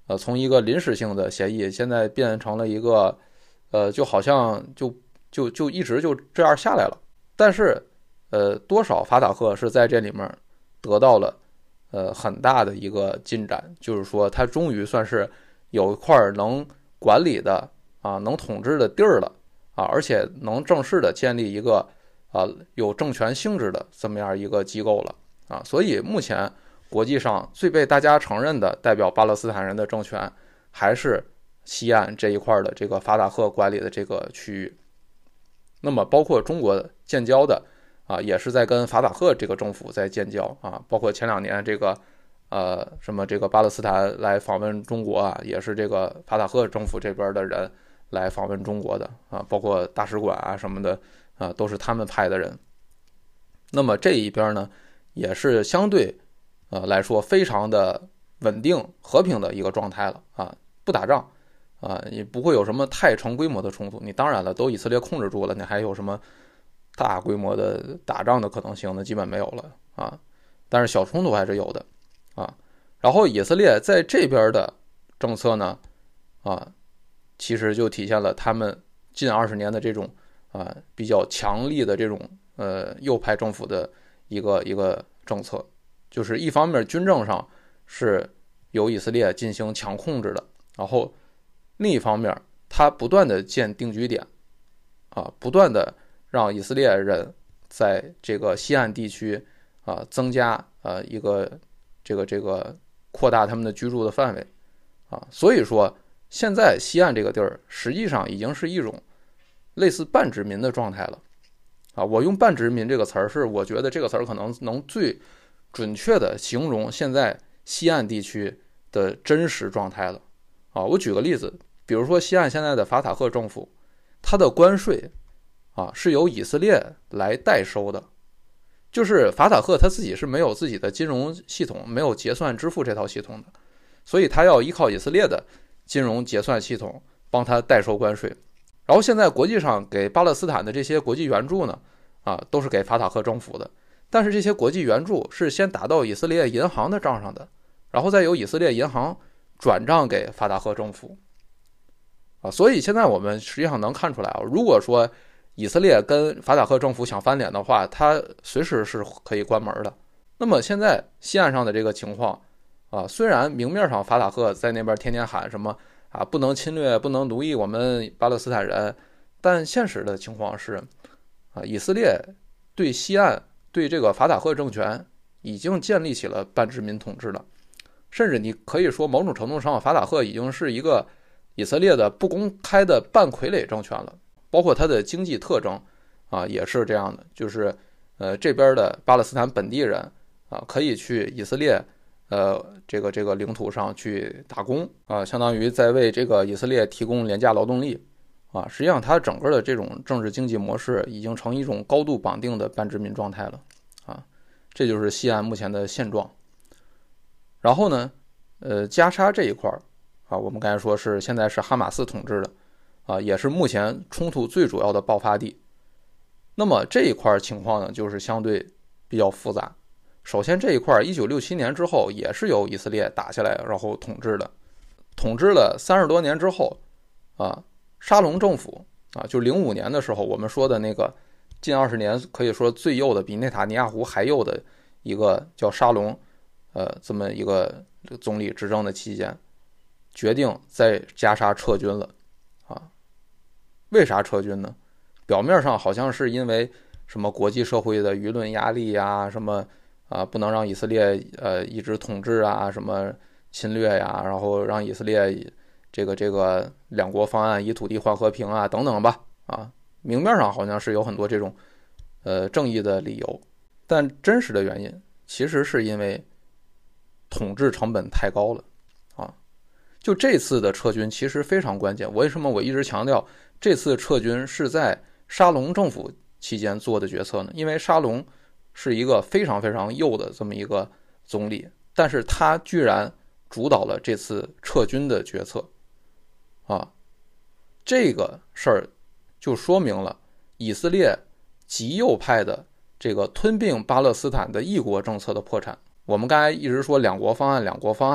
呃，从一个临时性的协议，现在变成了一个，呃，就好像就就就一直就这样下来了。但是，呃，多少法塔赫是在这里面得到了呃很大的一个进展，就是说他终于算是有一块能管理的啊，能统治的地儿了啊，而且能正式的建立一个啊有政权性质的这么样一个机构了啊。所以目前国际上最被大家承认的代表巴勒斯坦人的政权，还是西岸这一块的这个法塔赫管理的这个区域。那么包括中国建交的啊，也是在跟法塔赫这个政府在建交啊，包括前两年这个呃什么这个巴勒斯坦来访问中国啊，也是这个法塔赫政府这边的人来访问中国的啊，包括大使馆啊什么的啊，都是他们派的人。那么这一边呢，也是相对呃来说非常的稳定和平的一个状态了啊，不打仗啊，也不会有什么太成规模的冲突。你当然了，都以色列控制住了，你还有什么大规模的打仗的可能性呢？基本没有了啊。但是小冲突还是有的啊。然后以色列在这边的政策呢，啊，其实就体现了他们近二十年的这种啊比较强力的这种呃右派政府的一个一个政策，就是一方面军政上是由以色列进行强控制的，然后另一方面他不断的建定居点啊，不断的让以色列人在这个西岸地区啊增加啊一个这个这个扩大他们的居住的范围啊，所以说现在西岸这个地儿实际上已经是一种类似半殖民的状态了啊。我用半殖民这个词儿，是我觉得这个词儿可能能最准确的形容现在西岸地区的真实状态了啊。我举个例子，比如说西岸现在的法塔赫政府，它的关税啊是由以色列来代收的，就是法塔赫他自己是没有自己的金融系统，没有结算支付这套系统的，所以他要依靠以色列的金融结算系统帮他代收关税。然后现在国际上给巴勒斯坦的这些国际援助呢，啊，都是给法塔赫政府的，但是这些国际援助是先打到以色列银行的账上的，然后再由以色列银行转账给法塔赫政府啊。所以现在我们实际上能看出来啊，如果说以色列跟法塔赫政府想翻脸的话，他随时是可以关门的。那么现在西岸上的这个情况啊，虽然明面上法塔赫在那边天天喊什么啊，不能侵略，不能奴役我们巴勒斯坦人，但现实的情况是啊，以色列对西岸对这个法塔赫政权已经建立起了半殖民统治了，甚至你可以说某种程度上法塔赫已经是一个以色列的不公开的半傀儡政权了。包括它的经济特征啊也是这样的，就是呃这边的巴勒斯坦本地人啊可以去以色列呃这个这个领土上去打工啊，相当于在为这个以色列提供廉价劳动力啊。实际上它整个的这种政治经济模式已经成一种高度绑定的半殖民状态了啊。这就是西岸目前的现状。然后呢呃加沙这一块啊，我们刚才说是现在是哈马斯统治的啊，也是目前冲突最主要的爆发地。那么这一块情况呢，就是相对比较复杂。首先这一块一九六七年之后也是由以色列打下来然后统治的，统治了三十多年之后啊，沙龙政府啊，就零五年的时候我们说的那个近二十年可以说最右的，比内塔尼亚胡还右的一个叫沙龙呃这么一个总理执政的期间，决定在加沙撤军了啊。为啥撤军呢？表面上好像是因为什么国际社会的舆论压力呀，什么啊不能让以色列呃一直统治啊，什么侵略呀，然后让以色列这个这个两国方案以土地换和平啊等等吧啊，明面上好像是有很多这种呃正义的理由，但真实的原因其实是因为统治成本太高了啊。就这次的撤军其实非常关键，为什么我一直强调这次撤军是在沙龙政府期间做的决策呢？因为沙龙是一个非常非常右的这么一个总理，但是他居然主导了这次撤军的决策啊，这个事儿就说明了以色列极右派的这个吞并巴勒斯坦的一国政策的破产。我们刚才一直说两国方案两国方案嘛，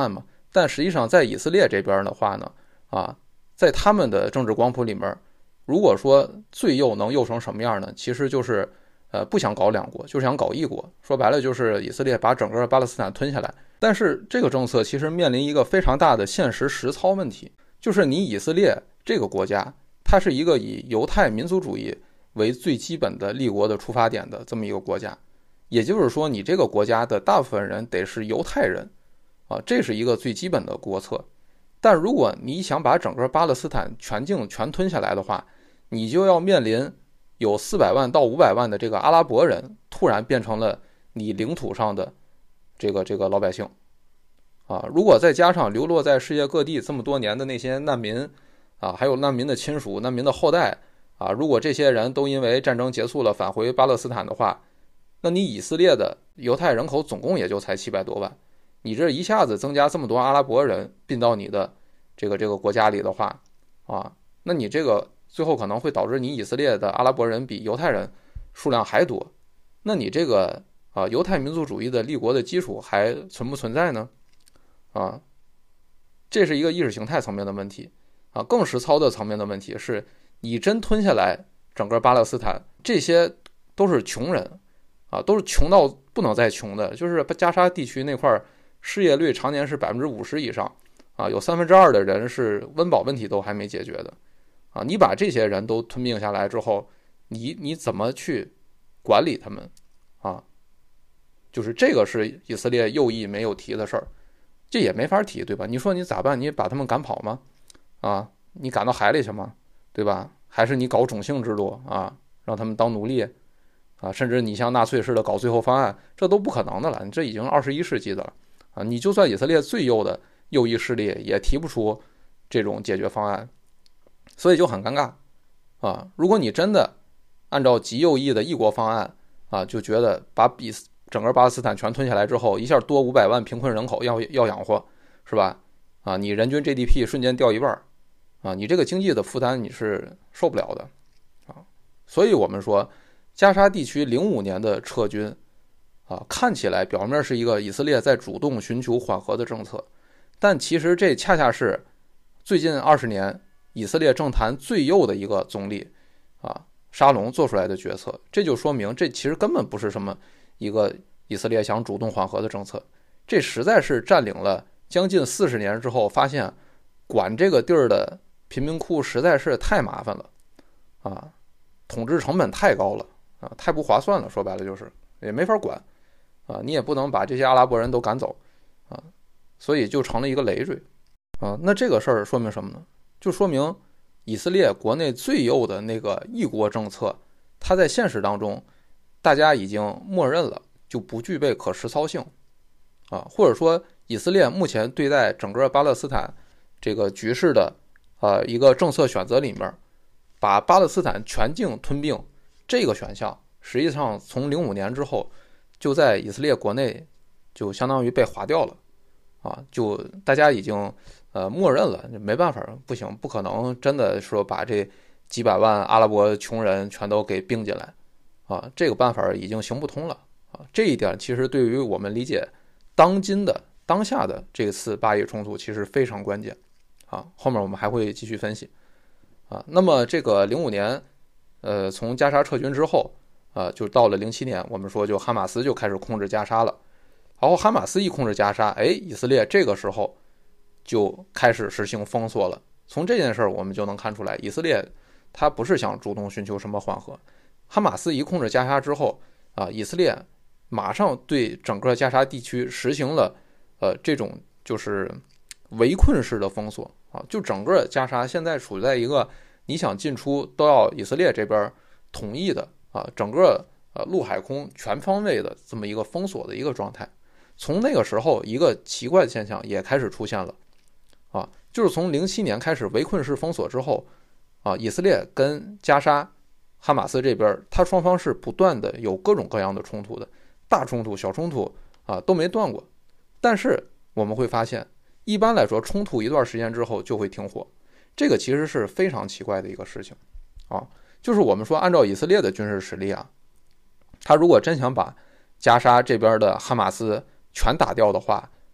但实际上在以色列这边的话呢，啊，在他们的政治光谱里面，如果说最右能右成什么样呢？其实就是呃不想搞两国，就是想搞一国。说白了就是以色列把整个巴勒斯坦吞下来。但是这个政策其实面临一个非常大的现实实操问题，就是你以色列这个国家，它是一个以犹太民族主义为最基本的立国的出发点的这么一个国家，也就是说你这个国家的大部分人得是犹太人啊，这是一个最基本的国策。但如果你想把整个巴勒斯坦全境全吞下来的话，你就要面临有四百万到五百万的这个阿拉伯人突然变成了你领土上的这个这个老百姓啊，如果再加上流落在世界各地这么多年的那些难民啊，还有难民的亲属、难民的后代啊，如果这些人都因为战争结束了返回巴勒斯坦的话，那你以色列的犹太人口总共也就才七百多万，你这一下子增加这么多阿拉伯人并到你的这个这个国家里的话啊，那你这个最后可能会导致你以色列的阿拉伯人比犹太人数量还多，那你这个啊犹太民族主义的立国的基础还存不存在呢？啊，这是一个意识形态层面的问题啊。更实操的层面的问题是，你真吞下来整个巴勒斯坦，这些都是穷人啊，都是穷到不能再穷的，就是加沙地区那块失业率常年是百分之五十以上啊，有三分之二的人是温饱问题都还没解决的啊。你把这些人都吞并下来之后，你你怎么去管理他们啊？就是这个是以色列右翼没有提的事儿，这也没法提，对吧？你说你咋办？你把他们赶跑吗？啊，你赶到海里去吗？对吧？还是你搞种姓制度啊，让他们当奴隶啊？甚至你像纳粹似的搞最后方案，这都不可能的了。你这已经二十一世纪的了啊！你就算以色列最右的右翼势力也提不出这种解决方案，所以就很尴尬啊！如果你真的按照极右翼的一国方案啊，就觉得把比整个巴勒斯坦全吞下来之后，一下多五百万贫困人口要要养活，是吧？啊，你人均 G D P 瞬间掉一半啊，你这个经济的负担你是受不了的啊。所以我们说，加沙地区零五年的撤军啊，看起来表面是一个以色列在主动寻求缓和的政策，但其实这恰恰是最近二十年以色列政坛最右的一个总理啊沙龙做出来的决策。这就说明这其实根本不是什么一个以色列想主动缓和的政策，这实在是占领了将近四十年之后，发现管这个地儿的贫民窟实在是太麻烦了啊，统治成本太高了啊，太不划算了，说白了就是也没法管啊，你也不能把这些阿拉伯人都赶走啊，所以就成了一个累赘啊。那这个事儿说明什么呢？就说明以色列国内最右的那个一国政策，它在现实当中大家已经默认了，就不具备可实操性啊，或者说以色列目前对待整个巴勒斯坦这个局势的呃一个政策选择里面，把巴勒斯坦全境吞并这个选项，实际上从零五年之后就在以色列国内就相当于被划掉了啊，就大家已经呃默认了，没办法，不行，不可能真的说把这几百万阿拉伯穷人全都给并进来啊，这个办法已经行不通了啊。这一点其实对于我们理解当今的当下的这次巴以冲突其实非常关键啊，后面我们还会继续分析啊。那么这个零五年呃从加沙撤军之后啊，就到了零七年，我们说就哈马斯就开始控制加沙了，然后哈马斯一控制加沙，哎，以色列这个时候就开始实行封锁了。从这件事儿我们就能看出来，以色列他不是想主动寻求什么缓和，哈马斯一控制加沙之后啊，以色列马上对整个加沙地区实行了呃这种就是围困式的封锁啊，就整个加沙现在处在一个你想进出都要以色列这边同意的啊，整个呃陆海空全方位的这么一个封锁的一个状态。从那个时候，一个奇怪的现象也开始出现了啊，就是从零七年开始围困式封锁之后啊，以色列跟加沙哈马斯这边，它双方是不断的有各种各样的冲突的，大冲突、小冲突啊都没断过。但是我们会发现，一般来说，冲突一段时间之后就会停火，这个其实是非常奇怪的一个事情啊。就是我们说，按照以色列的军事实力啊，他如果真想把加沙这边的哈马斯全打掉的话，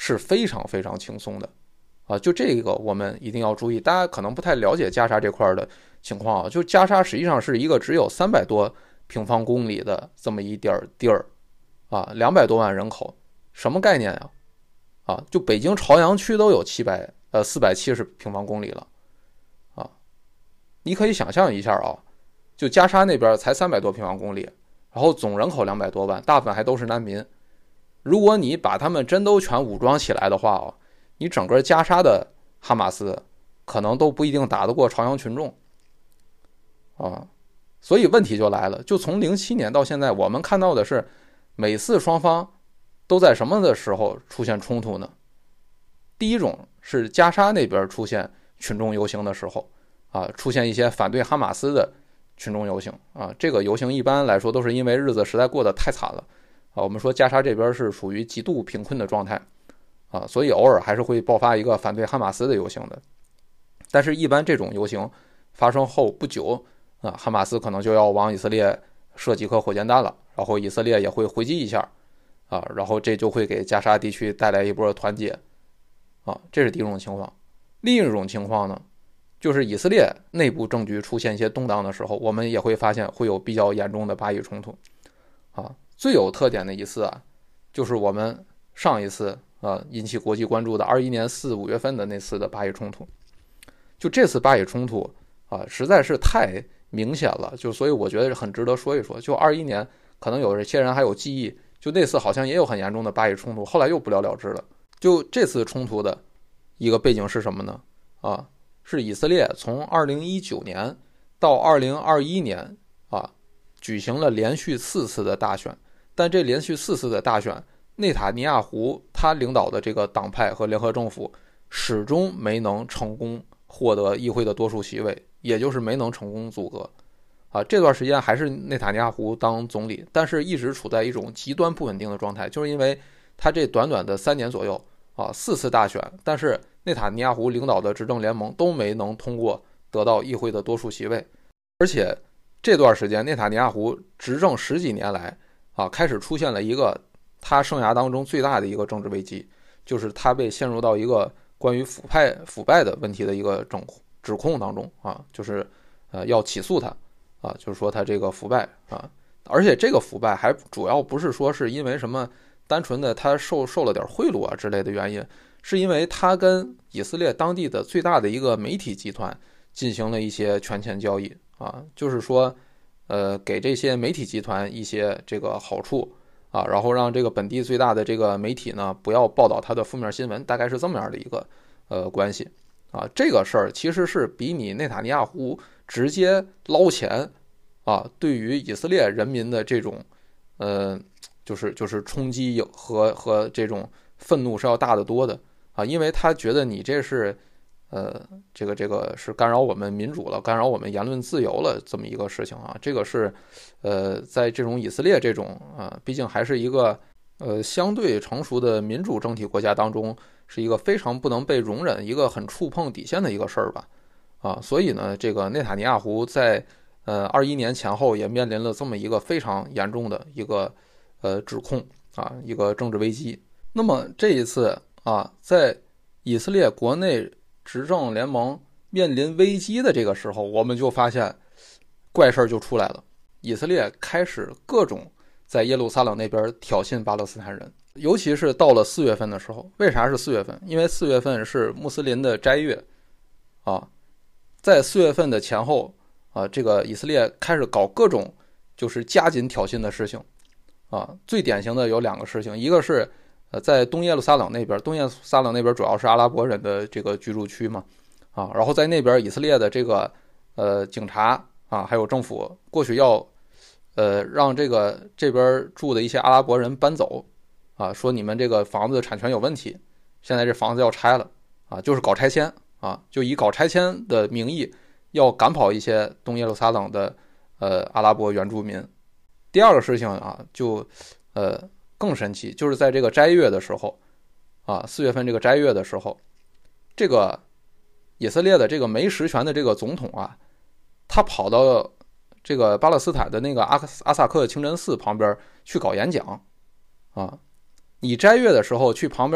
是非常非常轻松的啊。就这个我们一定要注意，大家可能不太了解加沙这块的情况啊。就加沙实际上是一个只有三百多平方公里的这么一点地儿啊，两百多万人口，什么概念啊？啊，就北京朝阳区都有七百呃四百七十平方公里了啊。你可以想象一下啊，就加沙那边才三百多平方公里，然后总人口两百多万，大部分还都是难民。如果你把他们真都全武装起来的话啊，你整个加沙的哈马斯可能都不一定打得过朝阳群众啊。所以问题就来了，就从零七年到现在，我们看到的是每次双方都在什么的时候出现冲突呢？第一种是加沙那边出现群众游行的时候啊，出现一些反对哈马斯的群众游行啊，这个游行一般来说都是因为日子实在过得太惨了啊。我们说加沙这边是属于极度贫困的状态啊，所以偶尔还是会爆发一个反对哈马斯的游行的。但是，一般这种游行发生后不久啊，哈马斯可能就要往以色列射几颗火箭弹了，然后以色列也会回击一下啊，然后这就会给加沙地区带来一波团结啊，这是第一种情况。另一种情况呢，就是以色列内部政局出现一些动荡的时候，我们也会发现会有比较严重的巴以冲突啊。最有特点的一次啊，就是我们上一次啊引起国际关注的二一年四五月份的那次的巴以冲突。就这次巴以冲突啊，实在是太明显了，就所以我觉得很值得说一说。就二一年，可能有一些人还有记忆，就那次好像也有很严重的巴以冲突，后来又不了了之了。就这次冲突的一个背景是什么呢？啊，是以色列从二零一九年到二零二一年啊，举行了连续四次的大选，但这连续四次的大选，内塔尼亚胡他领导的这个党派和联合政府始终没能成功获得议会的多数席位，也就是没能成功组阁啊。这段时间还是内塔尼亚胡当总理，但是一直处在一种极端不稳定的状态，就是因为他这短短的三年左右啊，四次大选，但是内塔尼亚胡领导的执政联盟都没能通过得到议会的多数席位。而且这段时间内塔尼亚胡执政十几年来啊，开始出现了一个他生涯当中最大的一个政治危机，就是他被陷入到一个关于腐败腐败的问题的一个整指控当中啊，就是呃要起诉他啊，就是说他这个腐败啊，而且这个腐败还主要不是说是因为什么单纯的他受受了点贿赂啊之类的原因，是因为他跟以色列当地的最大的一个媒体集团进行了一些权钱交易啊，就是说呃给这些媒体集团一些这个好处啊，然后让这个本地最大的这个媒体呢不要报道他的负面新闻，大概是这么样的一个呃关系啊。这个事儿其实是比你内塔尼亚胡直接捞钱啊，对于以色列人民的这种呃就是就是冲击和和这种愤怒是要大得多的啊，因为他觉得你这是呃这个这个是干扰我们民主了，干扰我们言论自由了这么一个事情啊。这个是呃在这种以色列这种啊，毕竟还是一个呃相对成熟的民主政体国家当中，是一个非常不能被容忍，一个很触碰底线的一个事儿吧啊。所以呢，这个内塔尼亚胡在呃二一年前后也面临了这么一个非常严重的一个呃指控啊，一个政治危机。那么这一次啊，在以色列国内执政联盟面临危机的这个时候，我们就发现怪事儿就出来了。以色列开始各种在耶路撒冷那边挑衅巴勒斯坦人，尤其是到了四月份的时候。为啥是四月份？因为四月份是穆斯林的斋月啊，在四月份的前后啊，这个以色列开始搞各种就是加紧挑衅的事情啊。最典型的有两个事情，一个是呃，在东耶路撒冷那边，东耶路撒冷那边主要是阿拉伯人的这个居住区嘛，啊，然后在那边以色列的这个呃警察啊，还有政府过去要呃让这个这边住的一些阿拉伯人搬走啊，说你们这个房子的产权有问题，现在这房子要拆了啊，就是搞拆迁啊，就以搞拆迁的名义要赶跑一些东耶路撒冷的呃阿拉伯原住民。第二个事情啊，就呃。更神奇，就是在这个斋月的时候啊，四月份这个斋月的时候，这个以色列的这个没实权的这个总统啊，他跑到这个巴勒斯坦的那个阿阿萨克清真寺旁边去搞演讲啊。你斋月的时候去旁边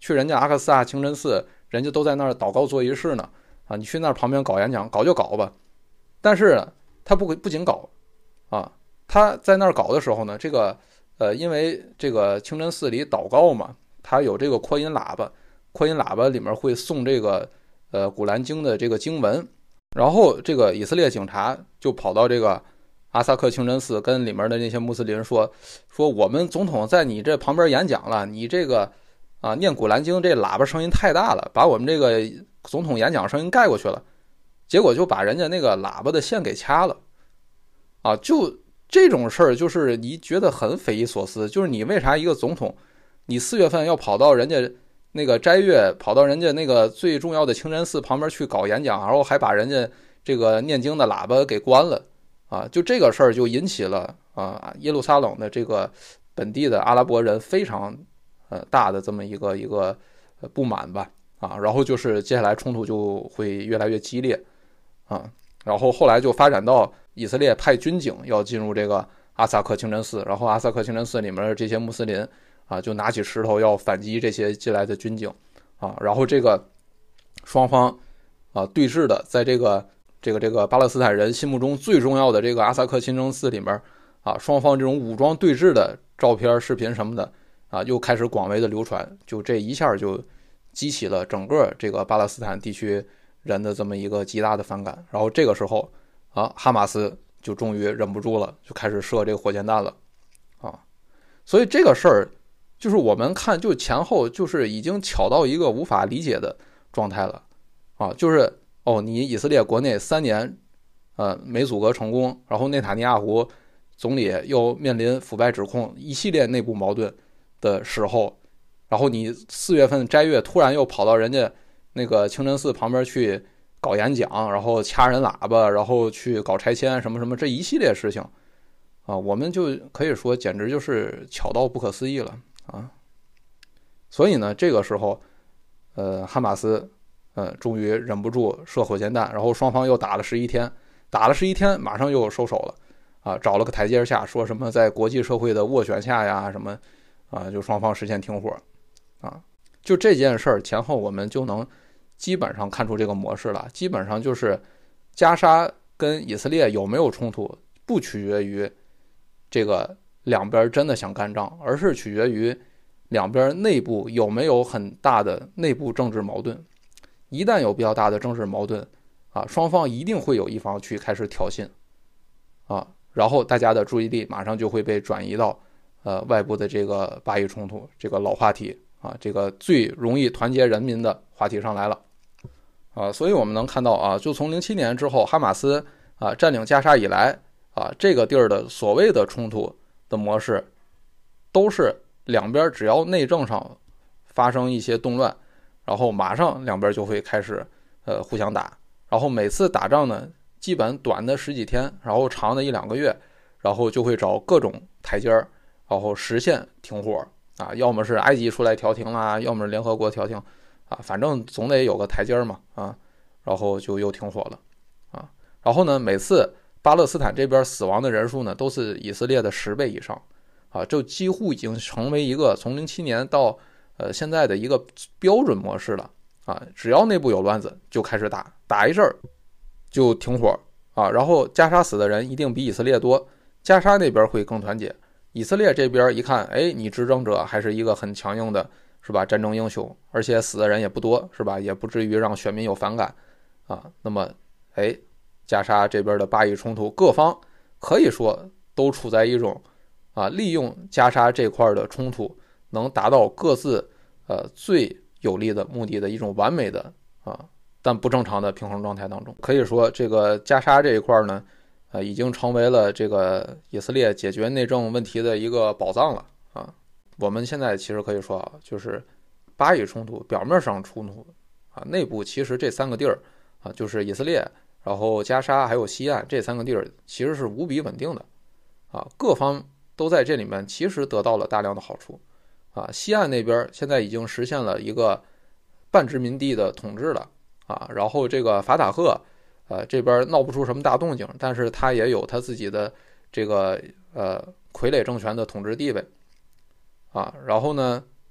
去人家阿克萨清真寺，人家都在那儿祷告做仪式呢，啊，你去那儿旁边搞演讲，搞就搞吧。但是他不不仅搞，啊，他在那儿搞的时候呢，这个呃，因为这个清真寺里祷告嘛，它有这个扩音喇叭，扩音喇叭里面会送这个呃古兰经的这个经文，然后这个以色列警察就跑到这个阿萨克清真寺，跟里面的那些穆斯林说说我们总统在你这旁边演讲了，你这个啊念古兰经这喇叭声音太大了，把我们这个总统演讲声音盖过去了，结果就把人家那个喇叭的线给掐了，啊，就这种事儿就是你觉得很匪夷所思，就是你为啥一个总统，你四月份要跑到人家那个斋月，跑到人家那个最重要的清真寺旁边去搞演讲，然后还把人家这个念经的喇叭给关了啊！就这个事儿就引起了啊耶路撒冷的这个本地的阿拉伯人非常呃大的这么一个一个不满吧啊，然后就是接下来冲突就会越来越激烈啊，然后后来就发展到以色列派军警要进入这个阿萨克清真寺，然后阿萨克清真寺里面的这些穆斯林啊，就拿起石头要反击这些进来的军警啊，然后这个双方啊对峙的，在这个这个这个巴勒斯坦人心目中最重要的这个阿萨克清真寺里面啊，双方这种武装对峙的照片、视频什么的啊，又开始广为的流传，就这一下就激起了整个这个巴勒斯坦地区人的这么一个极大的反感。然后这个时候啊，哈马斯就终于忍不住了，就开始射这个火箭弹了啊，所以这个事儿。就是我们看，就前后就是已经巧到一个无法理解的状态了，啊，就是哦，你以色列国内三年，呃，没组阁成功，然后内塔尼亚胡总理又面临腐败指控，一系列内部矛盾的时候，然后你四月份斋月突然又跑到人家那个清真寺旁边去搞演讲，然后掐人喇叭，然后去搞拆迁什么什么这一系列事情，啊，我们就可以说简直就是巧到不可思议了。啊，所以呢，这个时候，呃，哈马斯，呃，终于忍不住射火箭弹，然后双方又打了十一天，打了十一天，马上又收手了，啊，找了个台阶下，说什么在国际社会的斡旋下呀，什么，啊，就双方实现停火，啊，就这件事儿前后我们就能基本上看出这个模式了，基本上就是加沙跟以色列有没有冲突，不取决于这个。两边真的想干仗，而是取决于两边内部有没有很大的内部政治矛盾。一旦有比较大的政治矛盾，啊，双方一定会有一方去开始挑衅，啊，然后大家的注意力马上就会被转移到呃外部的这个巴以冲突这个老话题啊，这个最容易团结人民的话题上来了，啊，所以我们能看到啊，就从零七年之后，哈马斯啊占领加沙以来啊，这个地儿的所谓的冲突。的模式都是两边只要内政上发生一些动乱，然后马上两边就会开始呃互相打，然后每次打仗呢，基本短的十几天，然后长的一两个月，然后就会找各种台阶儿，然后实现停火啊，要么是埃及出来调停啦，要么是联合国调停啊，反正总得有个台阶儿嘛啊，然后就又停火了啊，然后呢，每次。巴勒斯坦这边死亡的人数呢，都是以色列的十倍以上，啊，就几乎已经成为一个从零七年到呃现在的一个标准模式了，啊，只要内部有乱子就开始打，打一阵儿就停火，啊，然后加沙死的人一定比以色列多，加沙那边会更团结，以色列这边一看，哎，你执政者还是一个很强硬的，是吧？战争英雄，而且死的人也不多，是吧？也不至于让选民有反感，啊，那么，哎。加沙这边的巴以冲突，各方可以说都处在一种啊，利用加沙这块的冲突，能达到各自呃最有利的目的的一种完美的啊，但不正常的平衡状态当中。可以说，这个加沙这一块呢，呃，已经成为了这个以色列解决内政问题的一个宝藏了啊。我们现在其实可以说啊，就是巴以冲突表面上冲突啊，内部其实这三个地儿啊，就是以色列。然后加沙还有西岸这三个地儿其实是无比稳定的，啊，各方都在这里面其实得到了大量的好处，啊，西岸那边现在已经实现了一个半殖民地的统治了，啊，然后这个法塔赫，呃，这边闹不出什么大动静，但是他也有他自己的这个呃傀儡政权的统治地位，啊，然后呢，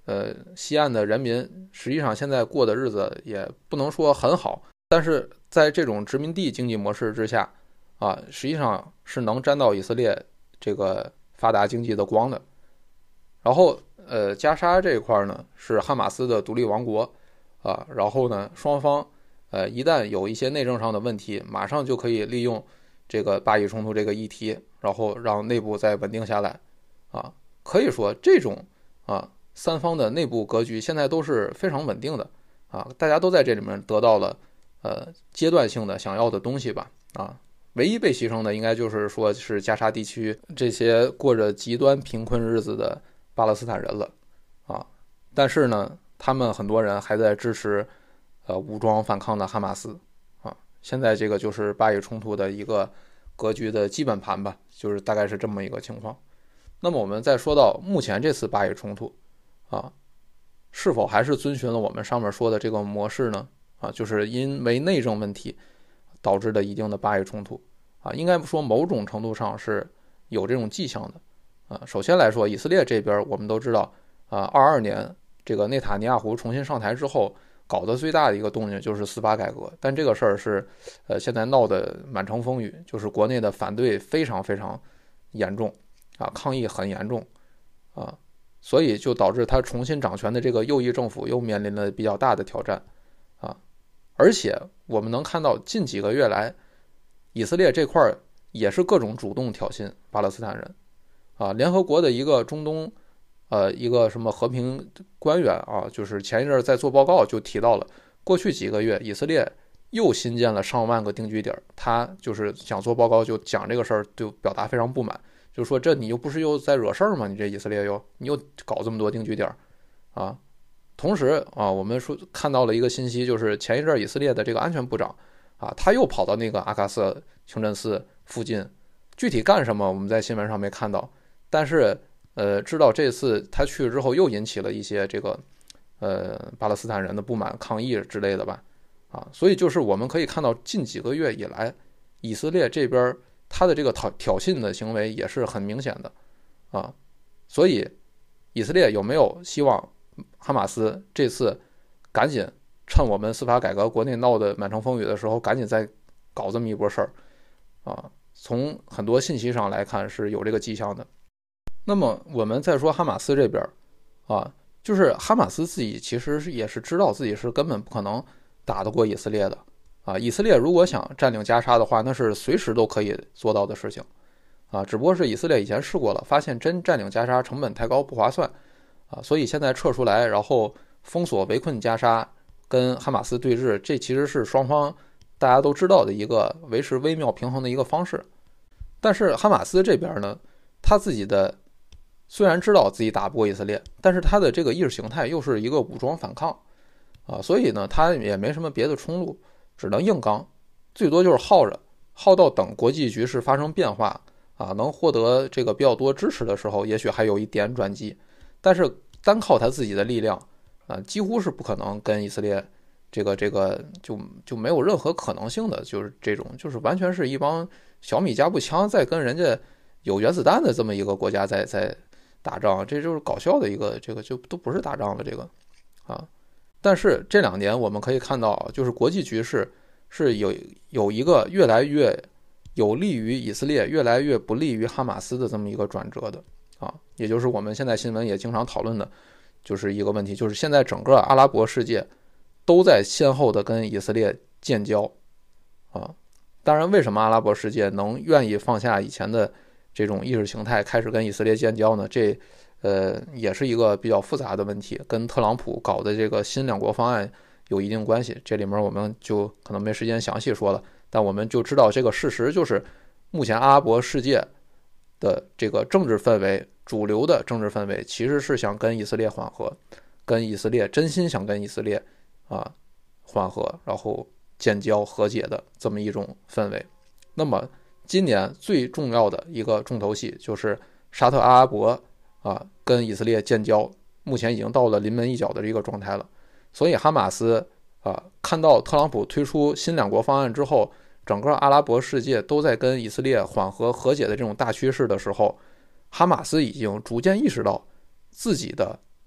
呃，西岸的人民实际上现在过的日子也不能说很好，但是在这种殖民地经济模式之下啊，实际上是能沾到以色列这个发达经济的光的。然后呃，加沙这一块呢是哈马斯的独立王国啊，然后呢双方呃一旦有一些内政上的问题，马上就可以利用这个巴以冲突这个议题，然后让内部再稳定下来啊。可以说这种啊三方的内部格局现在都是非常稳定的啊，大家都在这里面得到了呃阶段性的想要的东西吧啊。唯一被牺牲的应该就是说是加沙地区这些过着极端贫困日子的巴勒斯坦人了啊，但是呢，他们很多人还在支持呃武装反抗的哈马斯啊。现在这个就是巴以冲突的一个格局的基本盘吧，就是大概是这么一个情况。那么我们再说到目前这次巴以冲突啊，是否还是遵循了我们上面说的这个模式呢？啊，就是因为内政问题导致的一定的巴以冲突啊，应该说某种程度上是有这种迹象的。啊，首先来说，以色列这边我们都知道，啊，二二年这个内塔尼亚胡重新上台之后，搞得最大的一个动静就是司法改革，但这个事儿是，呃，现在闹得满城风雨，就是国内的反对非常非常严重，啊，抗议很严重，啊，所以就导致他重新掌权的这个右翼政府又面临了比较大的挑战，啊，而且我们能看到近几个月来，以色列这块也是各种主动挑衅巴勒斯坦人。啊，联合国的一个中东，呃，一个什么和平官员啊，就是前一阵在做报告就提到了，过去几个月以色列又新建了上万个定居点，他就是想做报告就讲这个事儿，就表达非常不满，就说这你又不是又在惹事儿吗？你这以色列又你又搞这么多定居点啊！同时啊，我们说看到了一个信息，就是前一阵以色列的这个安全部长啊，他又跑到那个阿喀瑟清真寺附近，具体干什么我们在新闻上没看到。但是，呃，知道这次他去之后，又引起了一些这个，呃，巴勒斯坦人的不满、抗议之类的吧，啊，所以就是我们可以看到，近几个月以来，以色列这边他的这个挑挑衅的行为也是很明显的，啊，所以以色列有没有希望哈马斯这次赶紧趁我们司法改革国内闹得满城风雨的时候，赶紧再搞这么一波事儿，啊，从很多信息上来看是有这个迹象的。那么我们再说哈马斯这边啊，就是哈马斯自己其实也是知道自己是根本不可能打得过以色列的啊。以色列如果想占领加沙的话，那是随时都可以做到的事情啊。只不过是以色列以前试过了，发现真占领加沙成本太高，不划算啊，所以现在撤出来，然后封锁围困加沙，跟哈马斯对峙，这其实是双方大家都知道的一个维持微妙平衡的一个方式。但是哈马斯这边呢，他自己的虽然知道自己打不过以色列，但是他的这个意识形态又是一个武装反抗啊，所以呢，他也没什么别的出路，只能硬刚，最多就是耗着，耗到等国际局势发生变化啊，能获得这个比较多支持的时候，也许还有一点转机。但是单靠他自己的力量啊，几乎是不可能跟以色列这个这个就就没有任何可能性的，就是这种就是完全是一帮小米加步枪在跟人家有原子弹的这么一个国家在在打仗，这就是搞笑的一个，这个就都不是打仗了，这个啊。但是这两年我们可以看到，就是国际局势是有有一个越来越有利于以色列，越来越不利于哈马斯的这么一个转折的啊。也就是我们现在新闻也经常讨论的，就是一个问题，就是现在整个阿拉伯世界都在先后的跟以色列建交啊。当然，为什么阿拉伯世界能愿意放下以前的这种意识形态开始跟以色列建交呢？这呃也是一个比较复杂的问题，跟特朗普搞的这个新两国方案有一定关系。这里面我们就可能没时间详细说了，但我们就知道这个事实就是，目前阿拉伯世界的这个政治氛围，主流的政治氛围其实是想跟以色列缓和，跟以色列真心想跟以色列啊缓和，然后建交和解的这么一种氛围。那么今年最重要的一个重头戏就是沙特阿拉伯啊跟以色列建交，目前已经到了临门一脚的这个状态了。所以哈马斯啊看到特朗普推出新两国方案之后，整个阿拉伯世界都在跟以色列缓和和解的这种大趋势的时候，哈马斯已经逐渐意识到自己的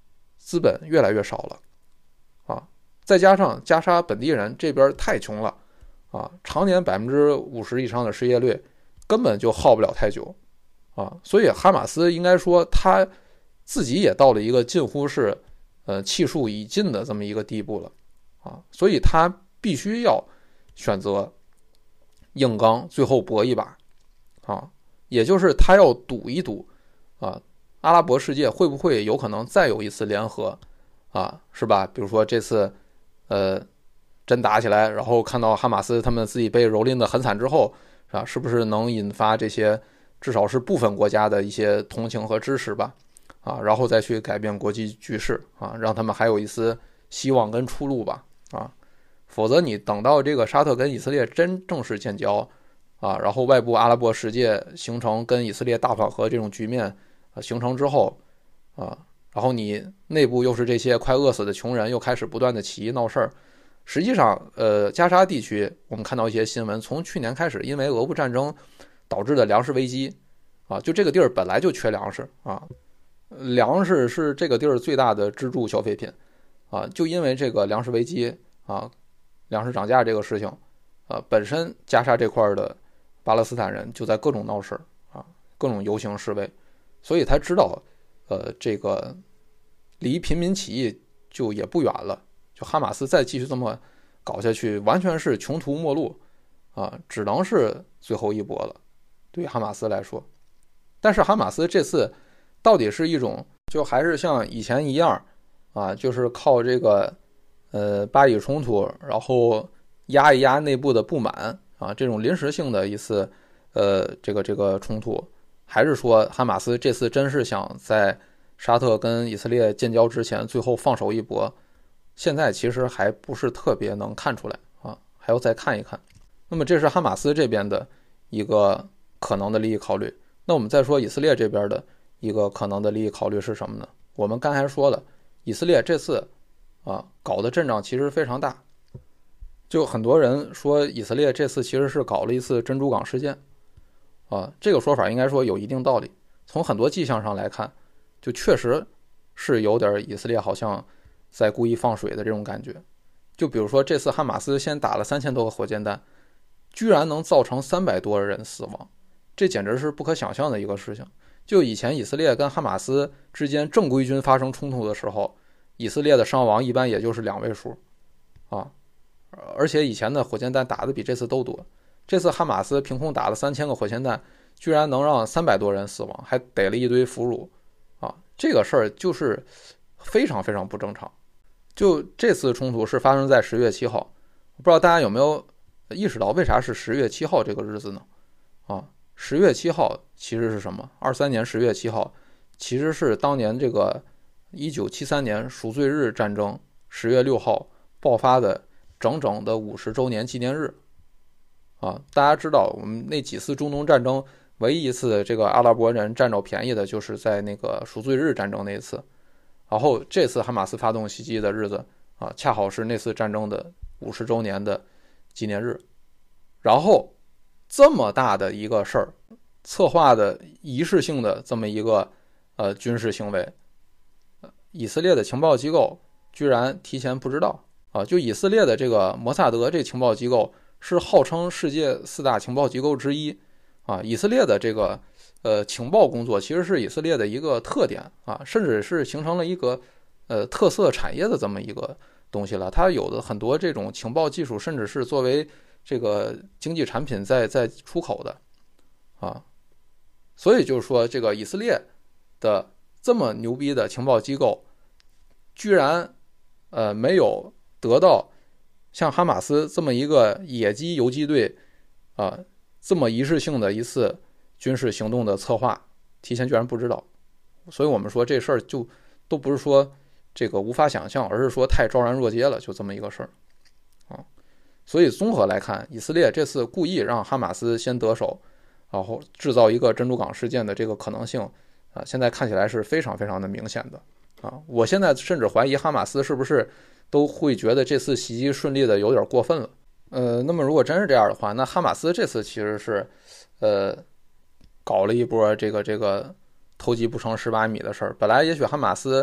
资本越来越少了啊，再加上加沙本地人这边太穷了啊，常年百分之五十以上的失业率，根本就耗不了太久啊，所以哈马斯应该说他自己也到了一个近乎是呃气数已尽的这么一个地步了啊，所以他必须要选择硬刚，最后搏一把啊，也就是他要赌一赌啊，阿拉伯世界会不会有可能再有一次联合啊，是吧？比如说这次呃真打起来，然后看到哈马斯他们自己被蹂躏的很惨之后，是吧？是不是能引发这些至少是部分国家的一些同情和支持吧？啊，然后再去改变国际局势啊，让他们还有一丝希望跟出路吧啊，否则你等到这个沙特跟以色列真正式建交啊，然后外部阿拉伯世界形成跟以色列大缓和这种局面、啊、形成之后啊，然后你内部又是这些快饿死的穷人，又开始不断的起义闹事儿。实际上，呃，加沙地区我们看到一些新闻，从去年开始，因为俄乌战争导致的粮食危机啊，就这个地儿本来就缺粮食啊。粮食是这个地儿最大的支柱消费品啊，就因为这个粮食危机啊，粮食涨价这个事情啊，本身加沙这块的巴勒斯坦人就在各种闹事啊，各种游行示威，所以他知道呃这个离平民起义就也不远了，就哈马斯再继续这么搞下去，完全是穷途末路啊，只能是最后一搏了，对于哈马斯来说。但是哈马斯这次到底是一种就还是像以前一样啊，就是靠这个呃巴以冲突，然后压一压内部的不满啊，这种临时性的一次呃这个这个冲突，还是说哈马斯这次真是想在沙特跟以色列建交之前最后放手一搏？现在其实还不是特别能看出来啊，还要再看一看。那么这是哈马斯这边的一个可能的利益考虑。那我们再说以色列这边的一个可能的利益考虑是什么呢？我们刚才说了，以色列这次啊搞的阵仗其实非常大，就很多人说以色列这次其实是搞了一次珍珠港事件啊，这个说法应该说有一定道理。从很多迹象上来看，就确实是有点以色列好像在故意放水的这种感觉。就比如说这次哈马斯先打了三千多个火箭弹，居然能造成三百多人死亡，这简直是不可想象的一个事情。就以前以色列跟哈马斯之间正规军发生冲突的时候，以色列的伤亡一般也就是两位数啊，而且以前的火箭弹打的比这次都多。这次哈马斯凭空打了三千个火箭弹，居然能让三百多人死亡，还逮了一堆俘虏啊，这个事儿就是非常非常不正常。就这次冲突是发生在十月七号，不知道大家有没有意识到为啥是十月七号这个日子呢？啊，十月七号其实是什么？二三年十月七号其实是当年这个一九七三年赎罪日战争十月六号爆发的整整的五十周年纪念日啊！大家知道，我们那几次中东战争，唯一一次这个阿拉伯人占着便宜的，就是在那个赎罪日战争那一次。然后这次哈马斯发动袭击的日子啊，恰好是那次战争的五十周年的纪念日。然后这么大的一个事儿，策划的仪式性的这么一个呃军事行为，以色列的情报机构居然提前不知道啊！就以色列的这个摩萨德这情报机构是号称世界四大情报机构之一啊，以色列的这个呃情报工作其实是以色列的一个特点啊，甚至是形成了一个呃特色产业的这么一个东西了。它有的很多这种情报技术，甚至是作为这个经济产品在在出口的啊，所以就是说，这个以色列的这么牛逼的情报机构，居然呃没有得到像哈马斯这么一个野鸡游击队啊这么仪式性的一次军事行动的策划，提前居然不知道。所以我们说这事儿就都不是说这个无法想象，而是说太昭然若揭了，就这么一个事儿啊。所以综合来看，以色列这次故意让哈马斯先得手，然后制造一个珍珠港事件的这个可能性啊，现在看起来是非常非常的明显的啊。我现在甚至怀疑哈马斯是不是都会觉得这次袭击顺利的有点过分了。呃，那么如果真是这样的话，那哈马斯这次其实是呃搞了一波这个这个偷鸡不成蚀把米的事儿。本来也许哈马斯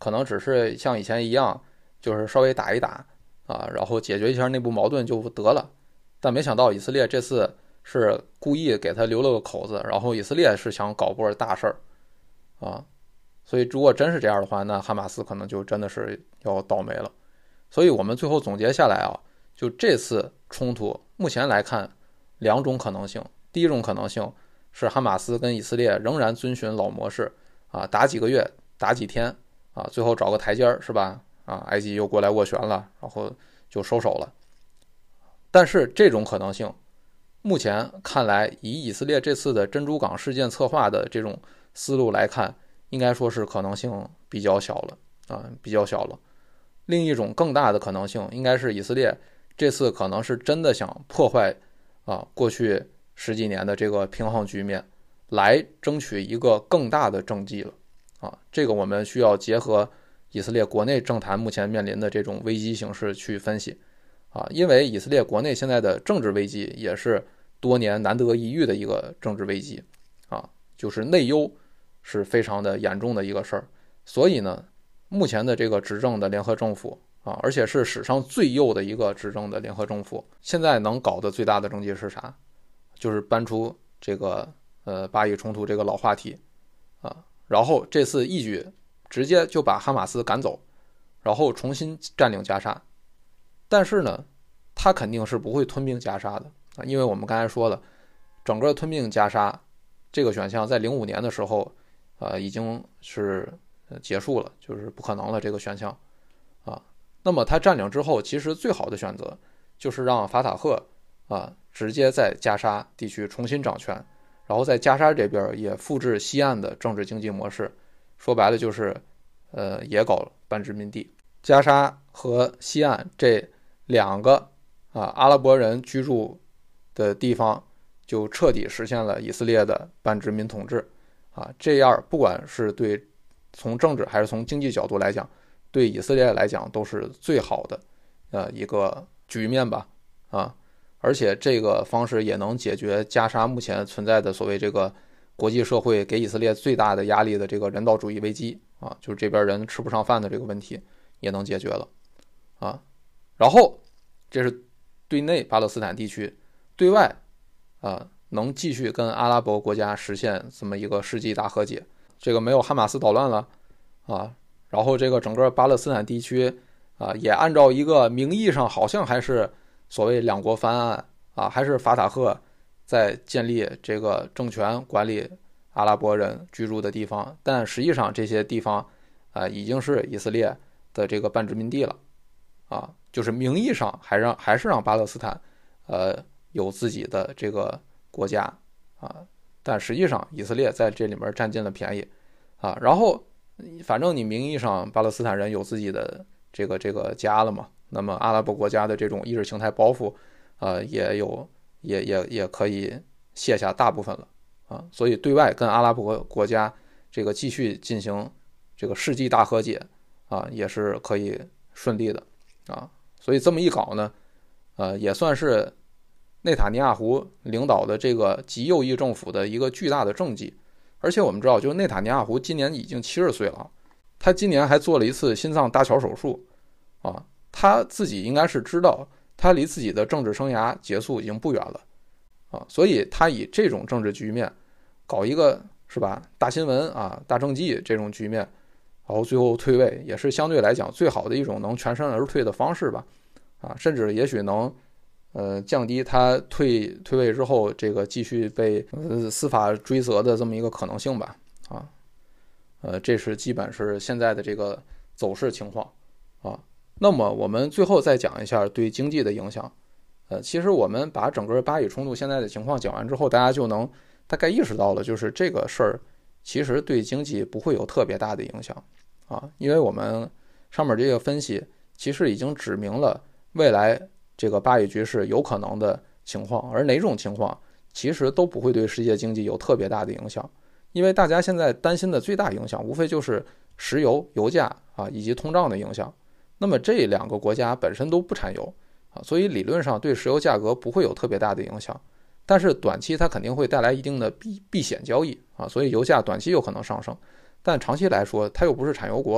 可能只是像以前一样，就是稍微打一打啊，然后解决一下内部矛盾就得了。但没想到以色列这次是故意给他留了个口子，然后以色列是想搞波大事儿啊，所以如果真是这样的话，那哈马斯可能就真的是要倒霉了。所以我们最后总结下来啊，就这次冲突目前来看两种可能性。第一种可能性是哈马斯跟以色列仍然遵循老模式啊，打几个月打几天啊，最后找个台阶儿是吧？啊，埃及又过来斡旋了，然后就收手了。但是这种可能性目前看来，以以色列这次的珍珠港事件策划的这种思路来看，应该说是可能性比较小了啊，比较小了。另一种更大的可能性，应该是以色列这次可能是真的想破坏啊过去十几年的这个平衡局面，来争取一个更大的政绩了啊。这个我们需要结合以色列国内政坛目前面临的这种危机形势去分析啊，因为以色列国内现在的政治危机也是多年难得一遇的一个政治危机啊，就是内忧是非常的严重的一个事儿。所以呢，目前的这个执政的联合政府啊，而且是史上最右的一个执政的联合政府，现在能搞的最大的政绩是啥？就是搬出这个呃巴以冲突这个老话题啊，然后这次一举直接就把哈马斯赶走，然后重新占领加沙。但是呢，他肯定是不会吞并加沙的啊，因为我们刚才说了，整个吞并加沙这个选项在零五年的时候，呃，已经是结束了，就是不可能了这个选项啊。那么他占领之后，其实最好的选择就是让法塔赫啊直接在加沙地区重新掌权，然后在加沙这边也复制西岸的政治经济模式，说白了就是呃也搞半殖民地。加沙和西岸这两个啊阿拉伯人居住的地方就彻底实现了以色列的半殖民统治啊，这样不管是对从政治还是从经济角度来讲，对以色列来讲都是最好的呃一个局面吧啊，而且这个方式也能解决加沙目前存在的所谓这个国际社会给以色列最大的压力的这个人道主义危机啊，就是这边人吃不上饭的这个问题也能解决了啊。然后这是对内巴勒斯坦地区，对外啊能继续跟阿拉伯国家实现这么一个世纪大和解，这个没有哈马斯捣乱了啊，然后这个整个巴勒斯坦地区啊也按照一个名义上好像还是所谓两国翻案啊，还是法塔赫在建立这个政权管理阿拉伯人居住的地方，但实际上这些地方啊已经是以色列的这个半殖民地了啊，就是名义上还让还是让巴勒斯坦呃有自己的这个国家啊，但实际上以色列在这里面占尽了便宜啊，然后反正你名义上巴勒斯坦人有自己的这个这个家了嘛，那么阿拉伯国家的这种意识形态包袱呃也有也也也可以卸下大部分了啊，所以对外跟阿拉伯国家这个继续进行这个世纪大和解啊也是可以顺利的啊，所以这么一搞呢呃也算是内塔尼亚胡领导的这个极右翼政府的一个巨大的政绩。而且我们知道，就是内塔尼亚胡今年已经七十岁了，他今年还做了一次心脏搭桥手术啊，他自己应该是知道他离自己的政治生涯结束已经不远了啊，所以他以这种政治局面搞一个是吧大新闻啊大政绩这种局面，然后最后退位，也是相对来讲最好的一种能全身而退的方式吧啊，甚至也许能呃，降低他退退位之后这个继续被呃司法追责的这么一个可能性吧，啊，呃，这是基本是现在的这个走势情况啊。那么我们最后再讲一下对经济的影响，呃，其实我们把整个巴以冲突现在的情况讲完之后，大家就能大概意识到了，就是这个事儿其实对经济不会有特别大的影响啊，因为我们上面这个分析其实已经指明了未来这个巴以局势有可能的情况，而哪种情况其实都不会对世界经济有特别大的影响，因为大家现在担心的最大影响无非就是石油油价啊以及通胀的影响。那么这两个国家本身都不产油啊，所以理论上对石油价格不会有特别大的影响，但是短期它肯定会带来一定的避避险交易啊，所以油价短期有可能上升，但长期来说它又不是产油国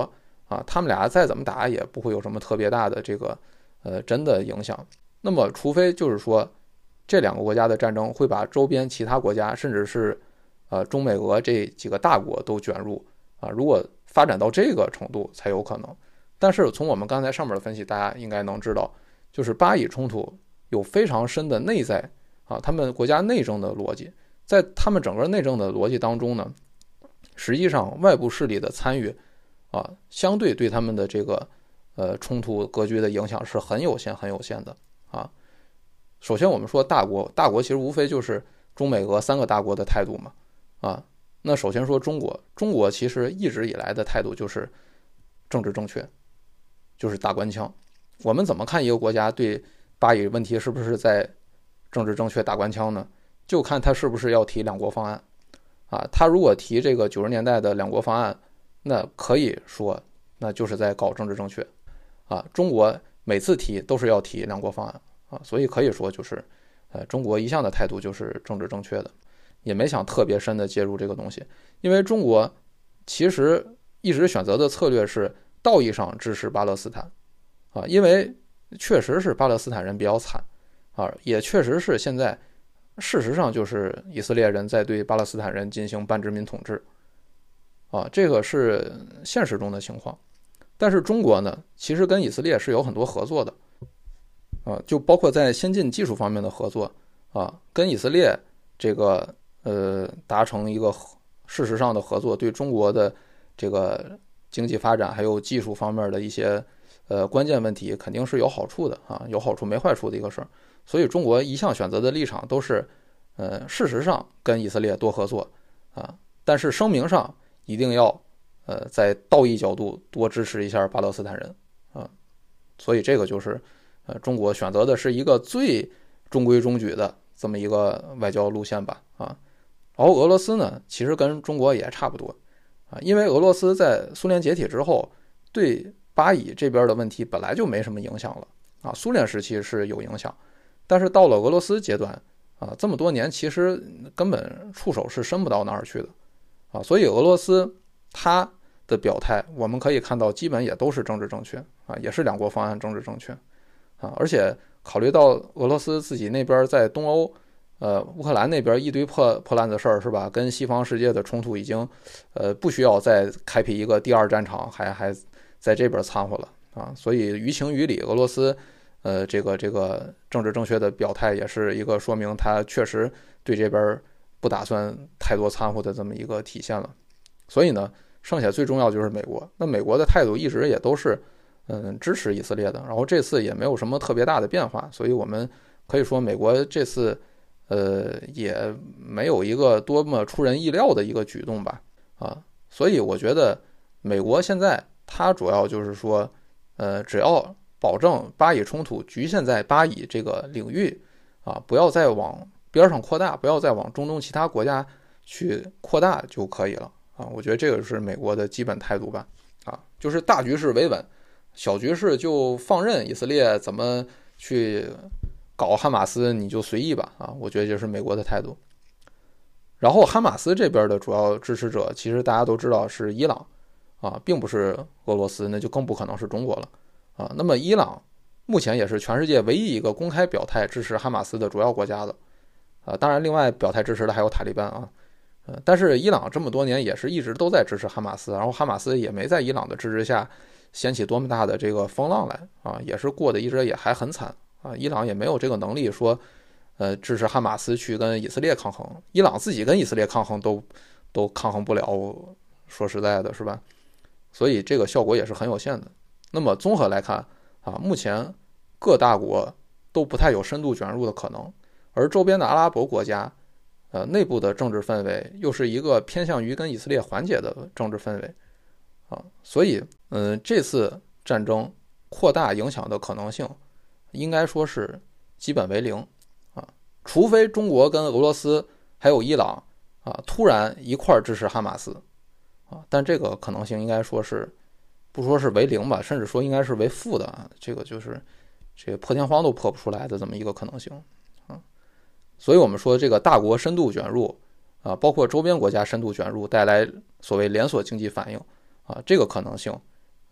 啊，他们俩再怎么打也不会有什么特别大的这个呃真的影响。那么除非就是说这两个国家的战争会把周边其他国家甚至是呃中美俄这几个大国都卷入啊，如果发展到这个程度才有可能。但是从我们刚才上面的分析，大家应该能知道，就是巴以冲突有非常深的内在啊，他们国家内政的逻辑，在他们整个内政的逻辑当中呢，实际上外部势力的参与啊，相对对他们的这个呃冲突格局的影响是很有限很有限的啊。首先我们说大国，大国其实无非就是中美俄三个大国的态度嘛啊。那首先说中国，中国其实一直以来的态度就是政治正确，就是打官腔。我们怎么看一个国家对巴以问题是不是在政治正确打官腔呢？就看他是不是要提两国方案啊。他如果提这个九十年代的两国方案，那可以说那就是在搞政治正确啊。中国每次提都是要提两国方案啊，所以可以说就是呃中国一向的态度就是政治正确的，也没想特别深的介入这个东西。因为中国其实一直选择的策略是道义上支持巴勒斯坦啊，因为确实是巴勒斯坦人比较惨啊，也确实是现在事实上就是以色列人在对巴勒斯坦人进行半殖民统治啊，这个是现实中的情况。但是中国呢，其实跟以色列是有很多合作的啊，就包括在先进技术方面的合作啊，跟以色列这个呃达成一个事实上的合作，对中国的这个经济发展还有技术方面的一些呃关键问题肯定是有好处的啊，有好处没坏处的一个事儿。所以中国一向选择的立场都是呃事实上跟以色列多合作啊，但是声明上一定要呃在道义角度多支持一下巴勒斯坦人啊。所以这个就是呃中国选择的是一个最中规中矩的这么一个外交路线吧啊。然后俄罗斯呢，其实跟中国也差不多啊，因为俄罗斯在苏联解体之后，对巴以这边的问题本来就没什么影响了啊。苏联时期是有影响，但是到了俄罗斯阶段啊，这么多年其实根本触手是伸不到哪儿去的啊。所以俄罗斯它的表态，我们可以看到基本也都是政治正确啊，也是两国方案政治正确啊。而且考虑到俄罗斯自己那边在东欧。呃，乌克兰那边一堆破破烂的事儿是吧？跟西方世界的冲突已经，呃，不需要再开辟一个第二战场，还还在这边掺和了啊。所以于情于理，俄罗斯，呃，这个这个政治正确的表态，也是一个说明他确实对这边不打算太多掺和的这么一个体现了。所以呢，剩下最重要就是美国。那美国的态度一直也都是，嗯，支持以色列的。然后这次也没有什么特别大的变化，所以我们可以说美国这次。呃，也没有一个多么出人意料的一个举动吧，啊，所以我觉得美国现在它主要就是说，呃，只要保证巴以冲突局限在巴以这个领域，啊，不要再往边上扩大，不要再往中东其他国家去扩大就可以了，啊，我觉得这个是美国的基本态度吧，啊，就是大局势维稳，小局势就放任以色列怎么去。搞哈马斯你就随意吧啊，我觉得这是美国的态度。然后哈马斯这边的主要支持者，其实大家都知道是伊朗啊，并不是俄罗斯，那就更不可能是中国了啊。那么伊朗目前也是全世界唯一一个公开表态支持哈马斯的主要国家的啊。当然，另外表态支持的还有塔利班啊。呃，但是伊朗这么多年也是一直都在支持哈马斯，然后哈马斯也没在伊朗的支持下掀起多么大的这个风浪来啊，也是过得一直也还很惨。啊，伊朗也没有这个能力说，呃，支持哈马斯去跟以色列抗衡。伊朗自己跟以色列抗衡都都抗衡不了，说实在的，是吧？所以这个效果也是很有限的。那么综合来看啊，目前各大国都不太有深度卷入的可能，而周边的阿拉伯国家，呃，内部的政治氛围又是一个偏向于跟以色列缓解的政治氛围啊，所以，嗯、呃，这次战争扩大影响的可能性。应该说是基本为零啊，除非中国跟俄罗斯还有伊朗啊突然一块支持哈马斯啊，但这个可能性应该说是不说是为零吧，甚至说应该是为负的啊，这个就是这个破天荒都破不出来的这么一个可能性啊。所以我们说这个大国深度卷入啊，包括周边国家深度卷入带来所谓连锁经济反应啊，这个可能性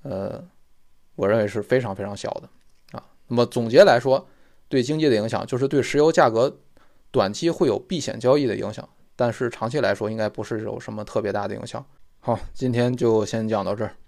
呃，我认为是非常非常小的啊。那么总结来说，对经济的影响就是对石油价格短期会有避险交易的影响，但是长期来说应该不是有什么特别大的影响。好，今天就先讲到这儿。